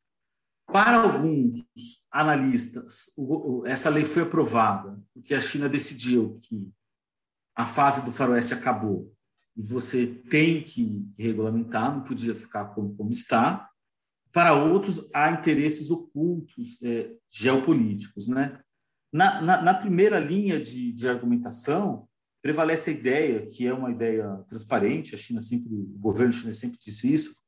Para alguns analistas, essa lei foi aprovada porque a China decidiu que a fase do faroeste acabou e você tem que regulamentar, não podia ficar como, como está. Para outros, há interesses ocultos é, geopolíticos, né? Na, na, na primeira linha de, de argumentação, prevalece a ideia, que é uma ideia transparente, a China sempre, o governo chinês sempre disse isso.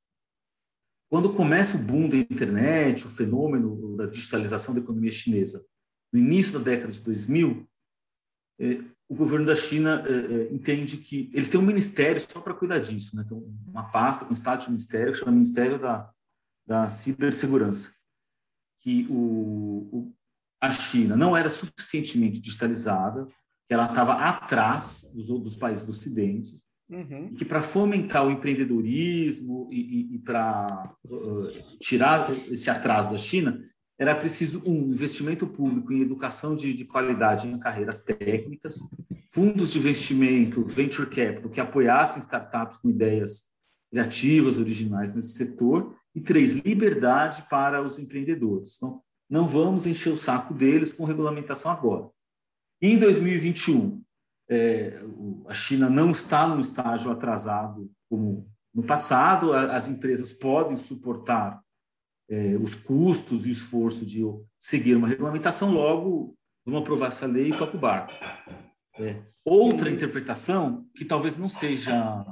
Quando começa o boom da internet, o fenômeno da digitalização da economia chinesa, no início da década de dois mil, eh, o governo da China eh, entende que eles têm um ministério só para cuidar disso, né? Então, uma pasta, um estado de ministério, que chama Ministério da, da Cibersegurança, que o, o, a China não era suficientemente digitalizada, que ela estava atrás dos outros países do Ocidente, uhum. que para fomentar o empreendedorismo e, e, e para uh, tirar esse atraso da China, era preciso um investimento público em educação de, de qualidade em carreiras técnicas, fundos de investimento, venture capital, que apoiassem startups com ideias criativas, originais nesse setor. E três, liberdade para os empreendedores. Então, não vamos encher o saco deles com regulamentação agora. Em dois mil e vinte e um, é, a China não está num estágio atrasado como no passado. As empresas podem suportar é, os custos e o esforço de seguir uma regulamentação, logo vamos aprovar essa lei e toca o barco. É, outra interpretação, que talvez não seja...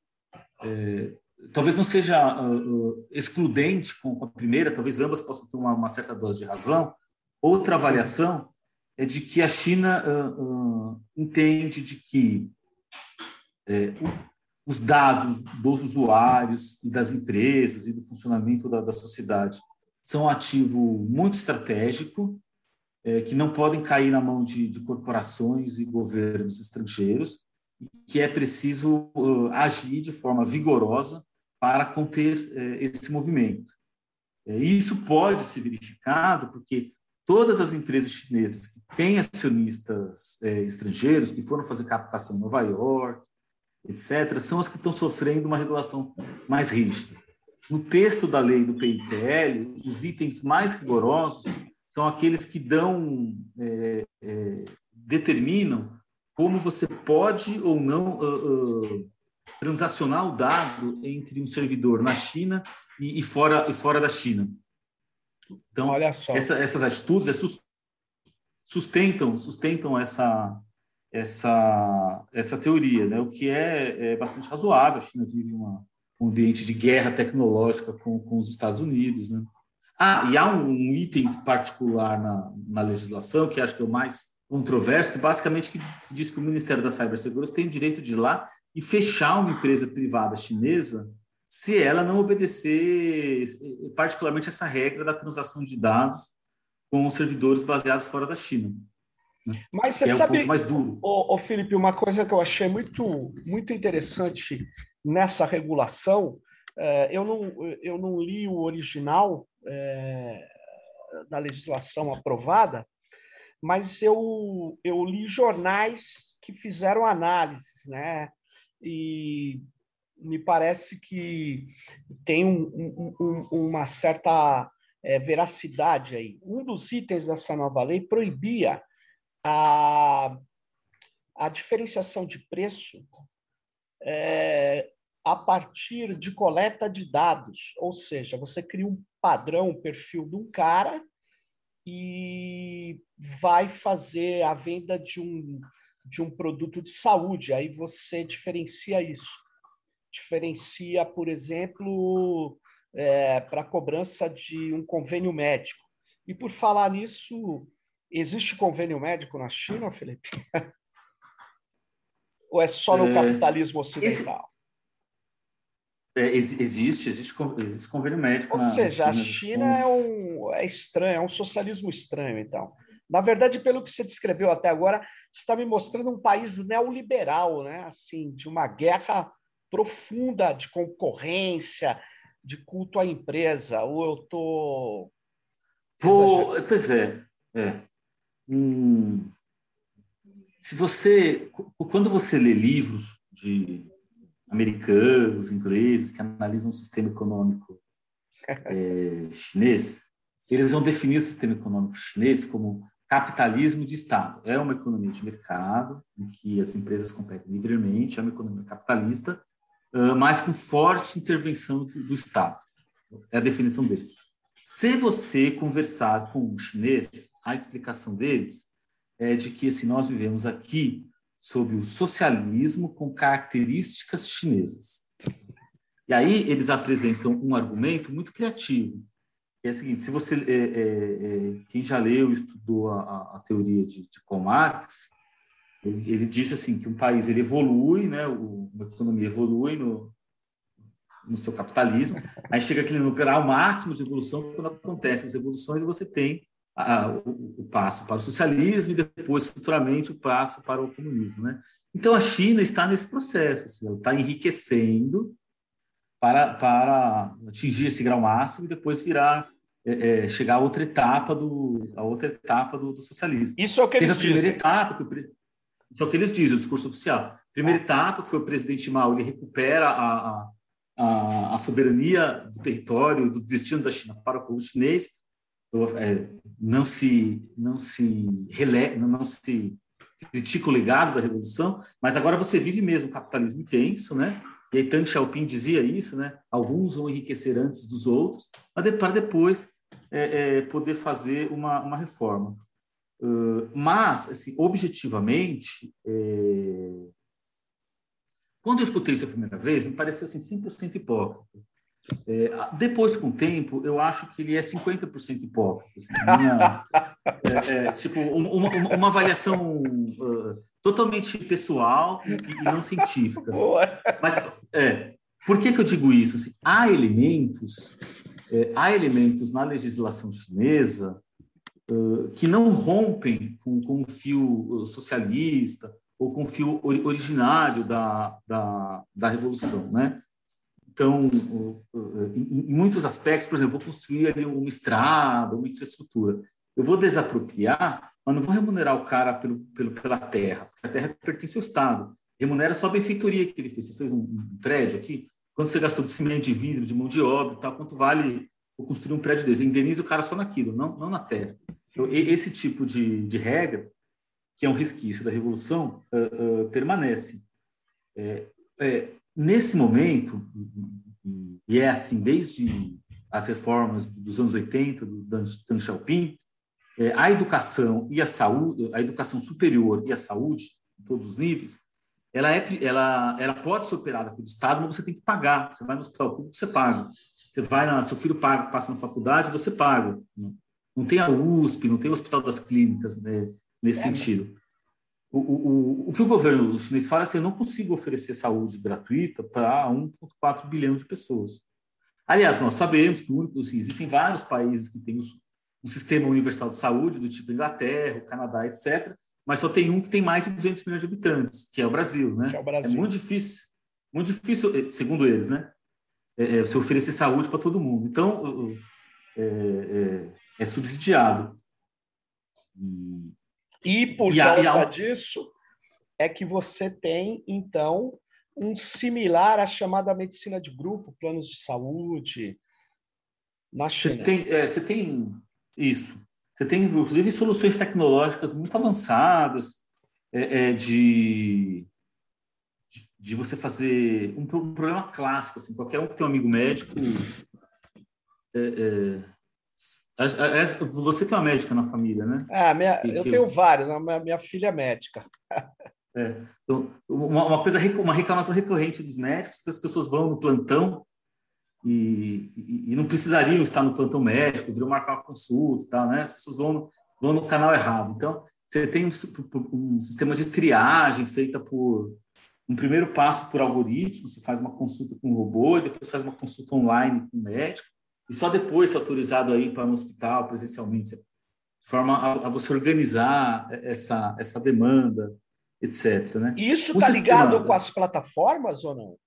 É, talvez não seja uh, uh, excludente com a primeira, talvez ambas possam ter uma, uma certa dose de razão. Outra avaliação é de que a China uh, uh, entende de que uh, os dados dos usuários e das empresas e do funcionamento da, da sociedade são um ativo muito estratégico, uh, que não podem cair na mão de, de corporações e governos estrangeiros, e que é preciso uh, agir de forma vigorosa para conter eh, esse movimento. Eh, isso pode ser verificado porque todas as empresas chinesas que têm acionistas eh, estrangeiros, que foram fazer captação em Nova York, etcétera, são as que estão sofrendo uma regulação mais rígida. No texto da lei do P I P L, os itens mais rigorosos são aqueles que dão, eh, eh, determinam como você pode ou não uh, uh, transacionar o dado entre um servidor na China e, e, fora, e fora da China. Então, olha só. Essa, essas atitudes é, sustentam, sustentam essa, essa, essa teoria, né? O que é, é bastante razoável. A China vive uma, um ambiente de guerra tecnológica com, com os Estados Unidos, né? Ah, e há um, um item particular na, na legislação, que acho que é o mais controverso, que basicamente que, que diz que o Ministério da Cibersegurança tem o direito de ir lá e fechar uma empresa privada chinesa se ela não obedecer particularmente essa regra da transação de dados com os servidores baseados fora da China. Né? Mas você é sabe, o ponto mais duro. Ô, ô, Felipe, uma coisa que eu achei muito, muito interessante nessa regulação, é, eu, não, eu não li o original é, da legislação aprovada, mas eu, eu li jornais que fizeram análises, né? E me parece que tem um, um, um, uma certa é, veracidade aí. Um dos itens dessa nova lei proibia a, a diferenciação de preço é, a partir de coleta de dados, ou seja, você cria um padrão, um perfil de um cara e vai fazer a venda de um, de um produto de saúde. Aí você diferencia isso. Diferencia, por exemplo, é, para a cobrança de um convênio médico. E, por falar nisso, existe convênio médico na China, Felipe? Ou é só no é, capitalismo ocidental? Esse, é, existe, existe, existe convênio médico Ou na seja, China. a China é, um, é estranho, é um socialismo estranho, então. Na verdade, pelo que você descreveu até agora, você está me mostrando um país neoliberal, né? Assim, de uma guerra profunda de concorrência, de culto à empresa. Ou eu estou... Vou... Pois é. é. Hum... Se você... Quando você lê livros de americanos, ingleses, que analisam o sistema econômico é, chinês, eles vão definir o sistema econômico chinês como capitalismo de Estado. É uma economia de mercado, em que as empresas competem livremente, é uma economia capitalista, mas com forte intervenção do Estado. É a definição deles. Se você conversar com um chinês, a explicação deles é de que assim, nós vivemos aqui sob o socialismo com características chinesas. E aí eles apresentam um argumento muito criativo. É o seguinte, se você, é, é, é, quem já leu e estudou a, a teoria de, de Karl Marx, ele, ele disse assim, que um país ele evolui, né, uma economia evolui no, no seu capitalismo, aí chega aquele no grau máximo de evolução, quando acontecem as evoluções, você tem a, o, o passo para o socialismo e depois, futuramente, o passo para o comunismo. Né? Então, a China está nesse processo, assim, ela está enriquecendo para, para atingir esse grau máximo e depois virar, é, é, chegar a outra etapa do, a outra etapa do, do socialismo. Isso é o que eles Teve a primeira dizem. etapa, que o, Isso é o que eles dizem, o discurso oficial. Primeira etapa, que foi o presidente Mao, ele recupera a, a, a soberania do território, do destino da China para o povo chinês. É, não se não se rele, não se critica o legado da revolução, mas agora você vive mesmo o capitalismo intenso, né? E aí Deng Xiaoping dizia isso, né? Alguns vão enriquecer antes dos outros, para depois é, é, poder fazer uma, uma reforma. Uh, mas, assim, objetivamente, é... quando eu escutei isso a primeira vez, me pareceu assim, cem por cento hipócrita. É, depois, com o tempo, eu acho que ele é cinquenta por cento hipócrita. Assim, minha, é, é, tipo, uma, uma, uma avaliação uh, totalmente pessoal e, e não científica. Mas, é, por que, que eu digo isso? Assim, há elementos, é, há elementos na legislação chinesa que não rompem com, com o fio socialista ou com o fio originário da, da, da Revolução, né? Então, em muitos aspectos, por exemplo, vou construir ali uma estrada, uma infraestrutura. Eu vou desapropriar, mas não vou remunerar o cara pelo, pelo, pela terra, porque a terra pertence ao Estado. Remunera só a benfeitoria que ele fez. Você fez um, um prédio aqui, quando você gastou de cimento, de vidro, de mão de obra, tal, quanto vale eu construir um prédio desse? Indeniza o cara só naquilo, não, não na terra. Então, esse tipo de, de regra, que é um resquício da Revolução, uh, uh, permanece. É, é, nesse momento, e é assim desde as reformas dos anos oitenta, do Deng Xiaoping, é, a educação e a saúde, a educação superior e a saúde, em todos os níveis, ela, é, ela, ela pode ser operada pelo Estado, mas você tem que pagar. Você vai no hospital público, você paga. Você vai na, seu filho paga, passa na faculdade, você paga. Não tem a U S P, não tem o Hospital das Clínicas, né, nesse é, sentido. O, o, o que o governo chinês fala é assim, eu não consigo oferecer saúde gratuita para um vírgula quatro bilhão de pessoas. Aliás, nós sabemos que assim, existem vários países que têm um sistema universal de saúde, do tipo Inglaterra, o Canadá, etcétera, mas só tem um que tem mais de duzentos milhões de habitantes, que é o Brasil, né? Que é o Brasil. É muito difícil, muito difícil, segundo eles, né? É, é, você oferecer saúde para todo mundo. Então, é, é, é subsidiado. E, e por e causa a, a... disso, é que você tem, então, um similar à chamada medicina de grupo, planos de saúde, na China. Você tem, é, você tem isso. Você tem, inclusive, soluções tecnológicas muito avançadas é, é, de, de, de você fazer um, um problema clássico. Assim, qualquer um que tem um amigo médico... É, é, você tem uma médica na família, né? Ah, minha, eu tenho eu... vários, minha, minha filha é médica. É, então, uma, uma, coisa, uma reclamação recorrente dos médicos, que as pessoas vão no plantão e, e, e não precisariam estar no plantão médico, deveriam marcar uma consulta e tal, né? As pessoas vão no, vão no canal errado. Então, você tem um, um sistema de triagem feita por um primeiro passo por algoritmo, você faz uma consulta com um robô e depois faz uma consulta online com o médico, e só depois ser autorizado a ir para um hospital presencialmente, de forma a, a você organizar essa, essa demanda, etcétera. Né? Isso está ligado com as plataformas ou não?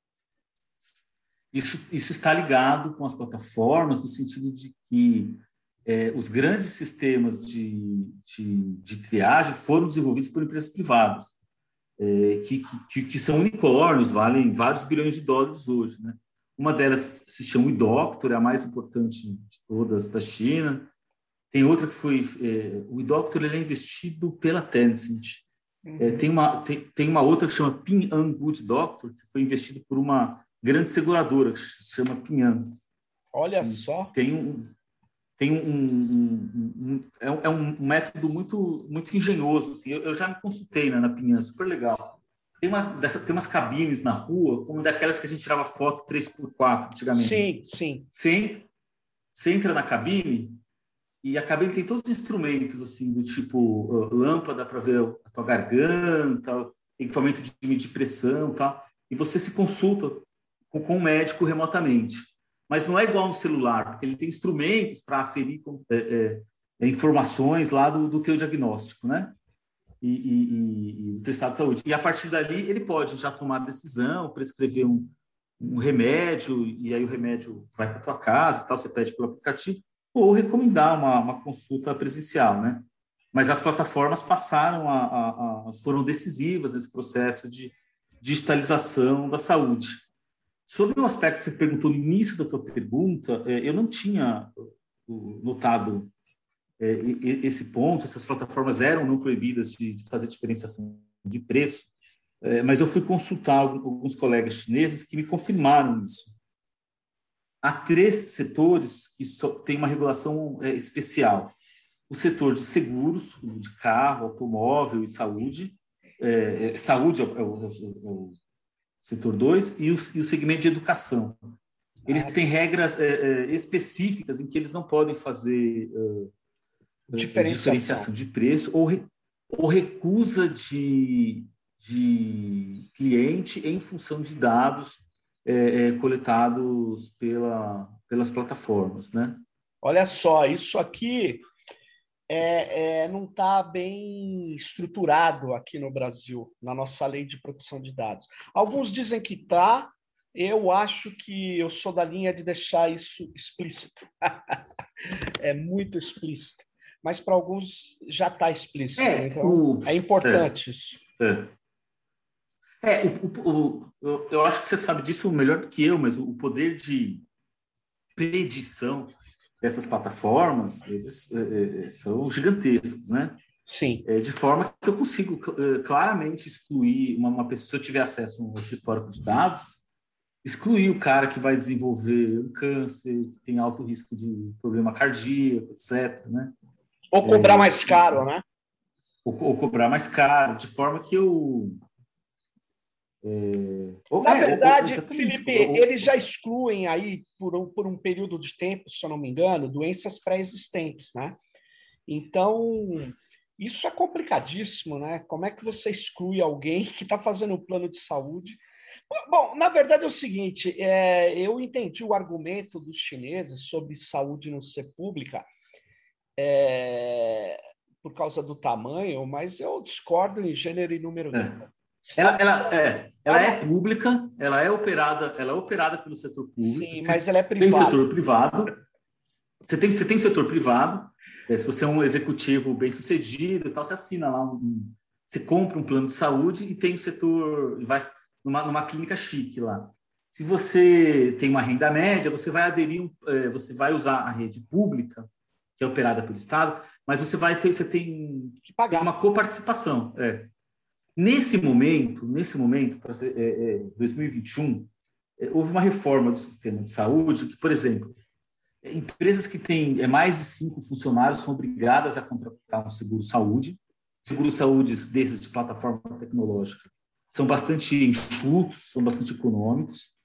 Isso, isso está ligado com as plataformas, no sentido de que é, os grandes sistemas de, de, de triagem foram desenvolvidos por empresas privadas, é, que, que, que são unicórnios, valem vários bilhões de dólares hoje. Né? Uma delas se chama eDoctor, é a mais importante de todas da China. Tem outra que foi... É, o eDoctor ele é investido pela Tencent. Uhum. É, tem, uma, tem, tem uma outra que chama Ping An Good Doctor, que foi investido por uma grande seguradora, que se chama Ping An. Olha e só! Tem um... Tem um, um, um, um, é um método muito, muito engenhoso. Assim. Eu, eu já me consultei, né, na Ping An, super legal. Tem, uma, dessa, tem umas cabines na rua, como daquelas que a gente tirava foto três por quatro antigamente. Sim, sim. Você, você entra na cabine e a cabine tem todos os instrumentos, assim, do tipo uh, lâmpada para ver a tua garganta, equipamento de medir pressão, tá? E você se consulta com, com o médico remotamente. Mas não é igual no celular, porque ele tem instrumentos para aferir é, é, informações lá do, do teu diagnóstico, né? E, e, e do teu estado de saúde. E a partir dali ele pode já tomar decisão, prescrever um, um remédio, e aí o remédio vai para tua casa, tal, você pede pelo aplicativo, ou recomendar uma, uma consulta presencial, né? mas as plataformas passaram a, a, a foram decisivas nesse processo de digitalização da saúde. Sobre o aspecto que você perguntou no início da tua pergunta, eu não tinha notado esse ponto, essas plataformas eram não proibidas de fazer diferenciação de preço, mas eu fui consultar alguns colegas chineses que me confirmaram isso. Há três setores que têm uma regulação especial. O setor de seguros, de carro, automóvel e saúde. É, saúde é o, é o, é o setor dois, e o, e o segmento de educação. Eles têm regras é, é, específicas em que eles não podem fazer é, diferenciação. diferenciação de preço ou, re, ou recusa de, de cliente em função de dados é, é, coletados pela, pelas plataformas, né? Olha só, isso aqui é, é, não está bem estruturado aqui no Brasil, na nossa lei de proteção de dados. Alguns dizem que está, eu acho que eu sou da linha de deixar isso explícito. É muito explícito. Mas para alguns já está explícito. É, então o, é importante é, isso. É, é o, o, o, eu acho que você sabe disso melhor do que eu, mas o poder de predição dessas plataformas, eles é, são gigantescos, né? Sim. É, de forma que eu consigo é, claramente excluir uma, uma pessoa, se eu tiver acesso ao seu histórico de dados, excluir o cara que vai desenvolver um câncer, que tem alto risco de problema cardíaco, etcétera, né? Ou cobrar é, mais caro, né? Ou, ou cobrar mais caro, de forma que eu... É, ou, Na é, verdade, ou, Felipe, ou, eles já excluem aí, por um, por um período de tempo, se eu não me engano, doenças pré-existentes, né? Então, isso é complicadíssimo, né? Como é que você exclui alguém que está fazendo um plano de saúde? Bom, na verdade é o seguinte, é, eu entendi o argumento dos chineses sobre saúde não ser pública é, por causa do tamanho, mas eu discordo em gênero e número. é. Ela, ela, é, ela é pública, ela é operada, ela é operada pelo setor público. Sim, mas ela é privada. Tem o setor privado. Você tem, você tem o setor privado. É, se você é um executivo bem-sucedido e tal, você assina lá, um, você compra um plano de saúde e tem o setor, vai numa, numa clínica chique lá. Se você tem uma renda média, você vai aderir, um, é, você vai usar a rede pública, que é operada pelo Estado, mas você vai ter, você tem que pagar uma coparticipação. É. Nesse momento, nesse momento, para é, é, dois mil e vinte e um, é, houve uma reforma do sistema de saúde que, por exemplo, empresas que têm é, mais de cinco funcionários são obrigadas a contratar um seguro-saúde. Seguros-saúdes desses de plataforma tecnológica são bastante enxutos, são bastante econômicos.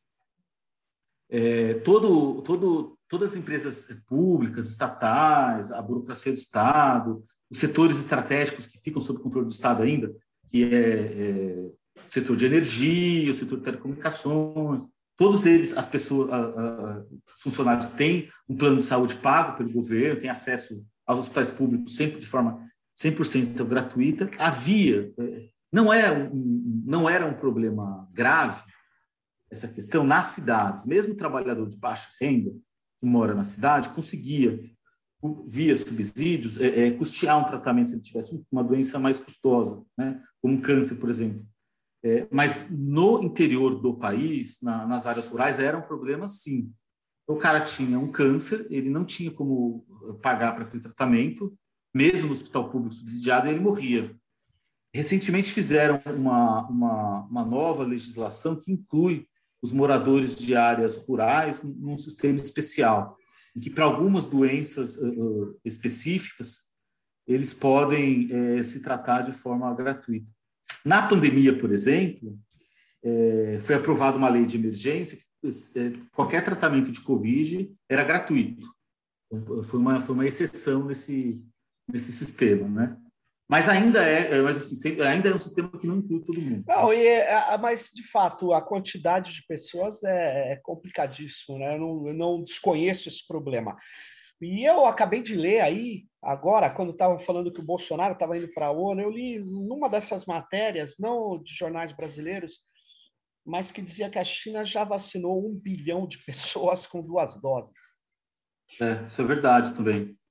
É, todo, todo, todas as empresas públicas, estatais, a burocracia do Estado, os setores estratégicos que ficam sob controle do Estado ainda, que é, é o setor de energia, o setor de telecomunicações, todos eles, as pessoas, a, a, os funcionários têm um plano de saúde pago pelo governo, têm acesso aos hospitais públicos sempre de forma cem por cento gratuita. Havia, não, é um, não era um problema grave essa questão nas cidades. Mesmo o trabalhador de baixa renda que mora na cidade conseguia, via subsídios, é, é, custear um tratamento se ele tivesse uma doença mais custosa, né? Como um câncer, por exemplo. É, mas no interior do país, na, nas áreas rurais, era um problema, sim. O cara tinha um câncer, ele não tinha como pagar para aquele tratamento, mesmo no hospital público subsidiado, ele morria. Recentemente fizeram uma, uma, uma nova legislação que inclui os moradores de áreas rurais num sistema especial, em que para algumas doenças uh, específicas, eles podem uh, se tratar de forma gratuita. Na pandemia, por exemplo, uh, foi aprovada uma lei de emergência que uh, qualquer tratamento de Covid era gratuito. Foi uma, foi uma exceção nesse, nesse sistema, né? Mas ainda é, mas assim, ainda é um sistema que não inclui todo mundo. Não, e, mas, de fato, a quantidade de pessoas é, é complicadíssimo, né? Eu não, eu não desconheço esse problema. E eu acabei de ler aí, agora, quando estavam falando que o Bolsonaro estava indo para a ONU, eu li numa dessas matérias, não de jornais brasileiros, mas que dizia que a China já vacinou um bilhão de pessoas com duas doses. É, isso é verdade também.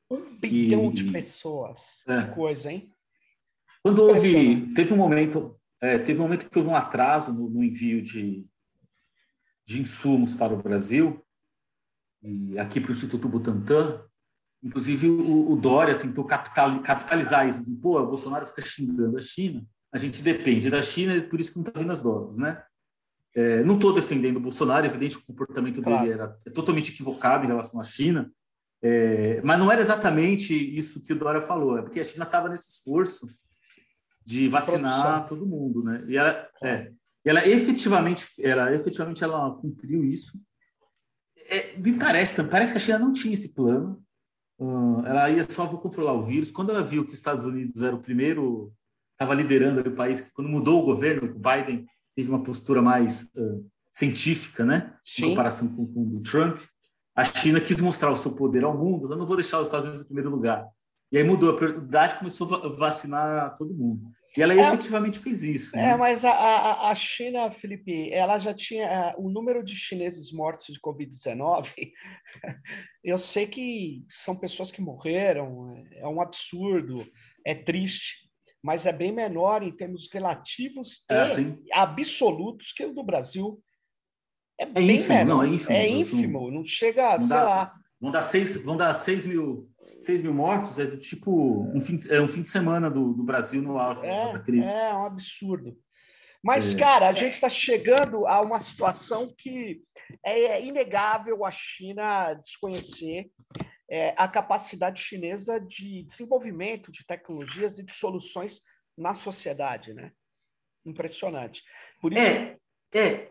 Um bilhão E, de pessoas. é. Que coisa, hein? Quando houve, teve um momento, é, teve um momento que houve um atraso no, no envio de, de insumos para o Brasil, e aqui para o Instituto Butantan, inclusive o, o Dória tentou capital, capitalizar isso, dizendo, pô, o Bolsonaro fica xingando a China, a gente depende da China, e por isso que não está vindo as dólares, né? É, não estou defendendo o Bolsonaro, é evidente que o comportamento Claro. dele era totalmente equivocado em relação à China, é, mas não era exatamente isso que o Dória falou, é porque a China estava nesse esforço de vacinar Produção. todo mundo, né? E ela, Claro. é, ela efetivamente, ela efetivamente ela cumpriu isso. É, me parece, parece que a China não tinha esse plano. Uh, ela ia só vou controlar o vírus. Quando ela viu que os Estados Unidos era o primeiro, estava liderando o país, que quando mudou o governo, o Biden teve uma postura mais uh, científica, né? Em Sim. comparação com, com o do Trump. A China quis mostrar o seu poder ao mundo. Eu não vou deixar os Estados Unidos em primeiro lugar. E aí mudou a prioridade, começou a vacinar todo mundo. E ela É, efetivamente fez isso. é Né? mas a, a, a China, Felipe, ela já tinha o número de chineses mortos de covid dezenove. Eu sei que são pessoas que morreram, é um absurdo, é triste, mas é bem menor em termos relativos É, e assim, absolutos que o do Brasil. É é bem ínfimo, não, é menor, ínfimo. é Não, ínfimo, não chega, vão, sei dar, lá. vão, dar seis, vão dar seis mil, seis mil mortos, é do tipo um fim, é um fim de semana do, do Brasil no auge da, da É, crise. é um absurdo. Mas, cara, a gente está chegando a uma situação que é inegável a China desconhecer é, a capacidade chinesa de desenvolvimento de tecnologias e de soluções na sociedade, né? Impressionante. Por isso. É, é.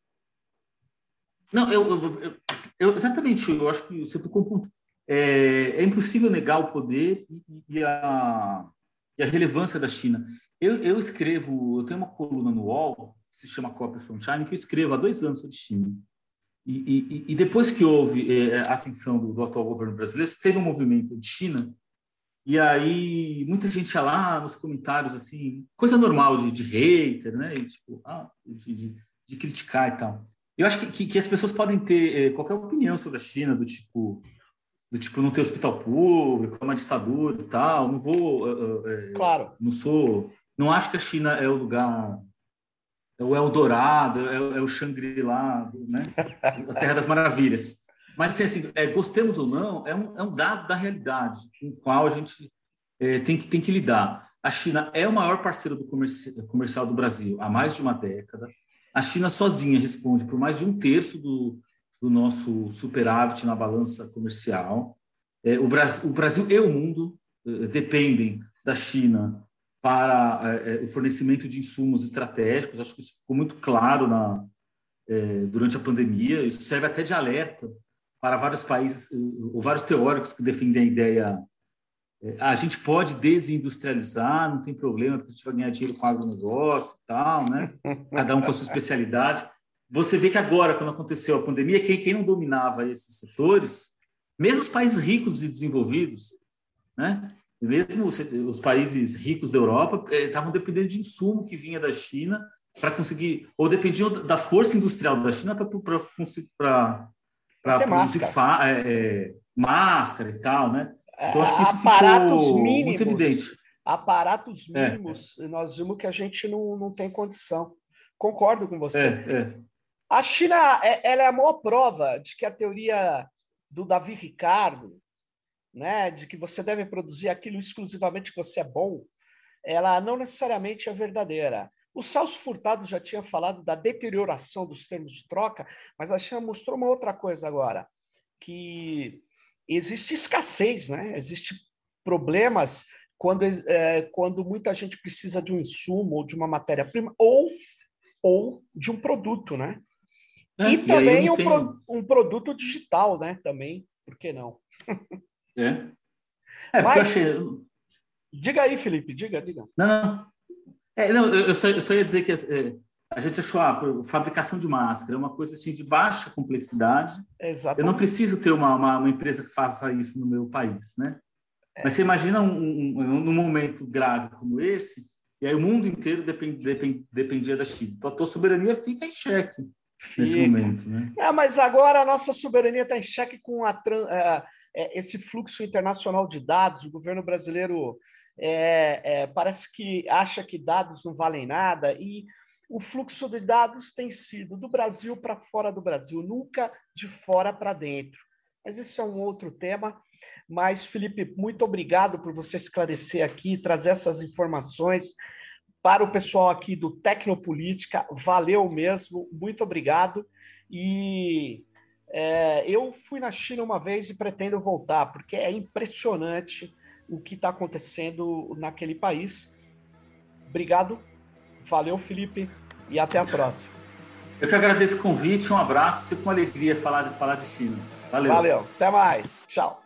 Não, eu, eu, eu, eu exatamente, eu acho que você tocou um ponto. É, é impossível negar o poder e, e, a, e a relevância da China. Eu, eu escrevo, eu tenho uma coluna no U O L, que se chama Copy from China, que eu escrevo há dois anos sobre China. E, e, e depois que houve é, a ascensão do, do atual governo brasileiro, teve um movimento de China, e aí muita gente ia lá nos comentários, assim, coisa normal de, de hater, né? E, tipo, ah, de, de, de criticar e tal. Eu acho que, que, que as pessoas podem ter é, qualquer opinião sobre a China, do tipo, do tipo não ter hospital público, é uma ditadura e tal. Não vou, é, Claro. não sou, não acho que a China é o lugar, é o Eldorado, é, é o Shangri-La, né? A Terra das Maravilhas. Mas, assim, assim é, gostemos ou não, é um, é um dado da realidade com o qual a gente é, tem, que, tem que lidar. A China é o maior parceiro do comerci, comercial do Brasil há mais de uma década. A China sozinha responde por mais de um terço do, do nosso superávit na balança comercial. É, o, Brasil, o Brasil e o mundo é, dependem da China para é, o fornecimento de insumos estratégicos. Acho que isso ficou muito claro na, é, durante a pandemia. Isso serve até de alerta para vários países, ou vários teóricos que defendem a ideia é, a gente pode desindustrializar, não tem problema, porque a gente vai ganhar dinheiro com agronegócio e tal, né? Cada um com a sua especialidade. Você vê que agora, quando aconteceu a pandemia, quem, quem não dominava esses setores, mesmo os países ricos e desenvolvidos, né? Mesmo os, os países ricos da Europa, estavam dependendo de insumo que vinha da China para conseguir, ou dependiam da força industrial da China para produzir fa, é, máscara e tal, né? Então, acho que isso aparatos ficou mínimos, muito evidente. Aparatos mínimos, é. Nós vimos que a gente não, não tem condição. Concordo com você. É, é. A China ela é a maior prova de que a teoria do Davi Ricardo, né, de que você deve produzir aquilo exclusivamente que você é bom, ela não necessariamente é verdadeira. O Celso Furtado já tinha falado da deterioração dos termos de troca, mas a China mostrou uma outra coisa agora, que existe escassez, né? Existem problemas quando, é, quando muita gente precisa de um insumo ou de uma matéria-prima ou, ou de um produto, né? É, e, e também um, tenho... pro, um produto digital, né? Também, por que não? É, é porque Mas, eu achei... Diga aí, Felipe, diga, diga. Não, não. É, não eu, só, eu só ia dizer que é, a gente achou a fabricação de máscara é uma coisa assim, de baixa complexidade. Exatamente. Eu não preciso ter uma, uma, uma empresa que faça isso no meu país, né? É. Mas você imagina um, um, um, um momento grave como esse, e aí o mundo inteiro depend, depend, dependia da China. Então a tua soberania fica em xeque fica. nesse momento, né? É, mas agora a nossa soberania está em xeque com a, é, esse fluxo internacional de dados. O governo brasileiro é, é, parece que acha que dados não valem nada, e o fluxo de dados tem sido do Brasil para fora do Brasil, nunca de fora para dentro. Mas isso é um outro tema. Mas, Felipe, muito obrigado por você esclarecer aqui, trazer essas informações para o pessoal aqui do Tecnopolítica. Valeu mesmo, muito obrigado. E é, eu fui na China uma vez e pretendo voltar, porque é impressionante o que está acontecendo naquele país. Obrigado, valeu, Felipe, e até a próxima. Eu que agradeço o convite, um abraço, sempre uma alegria falar de, falar de China. Valeu. Valeu, até mais, tchau.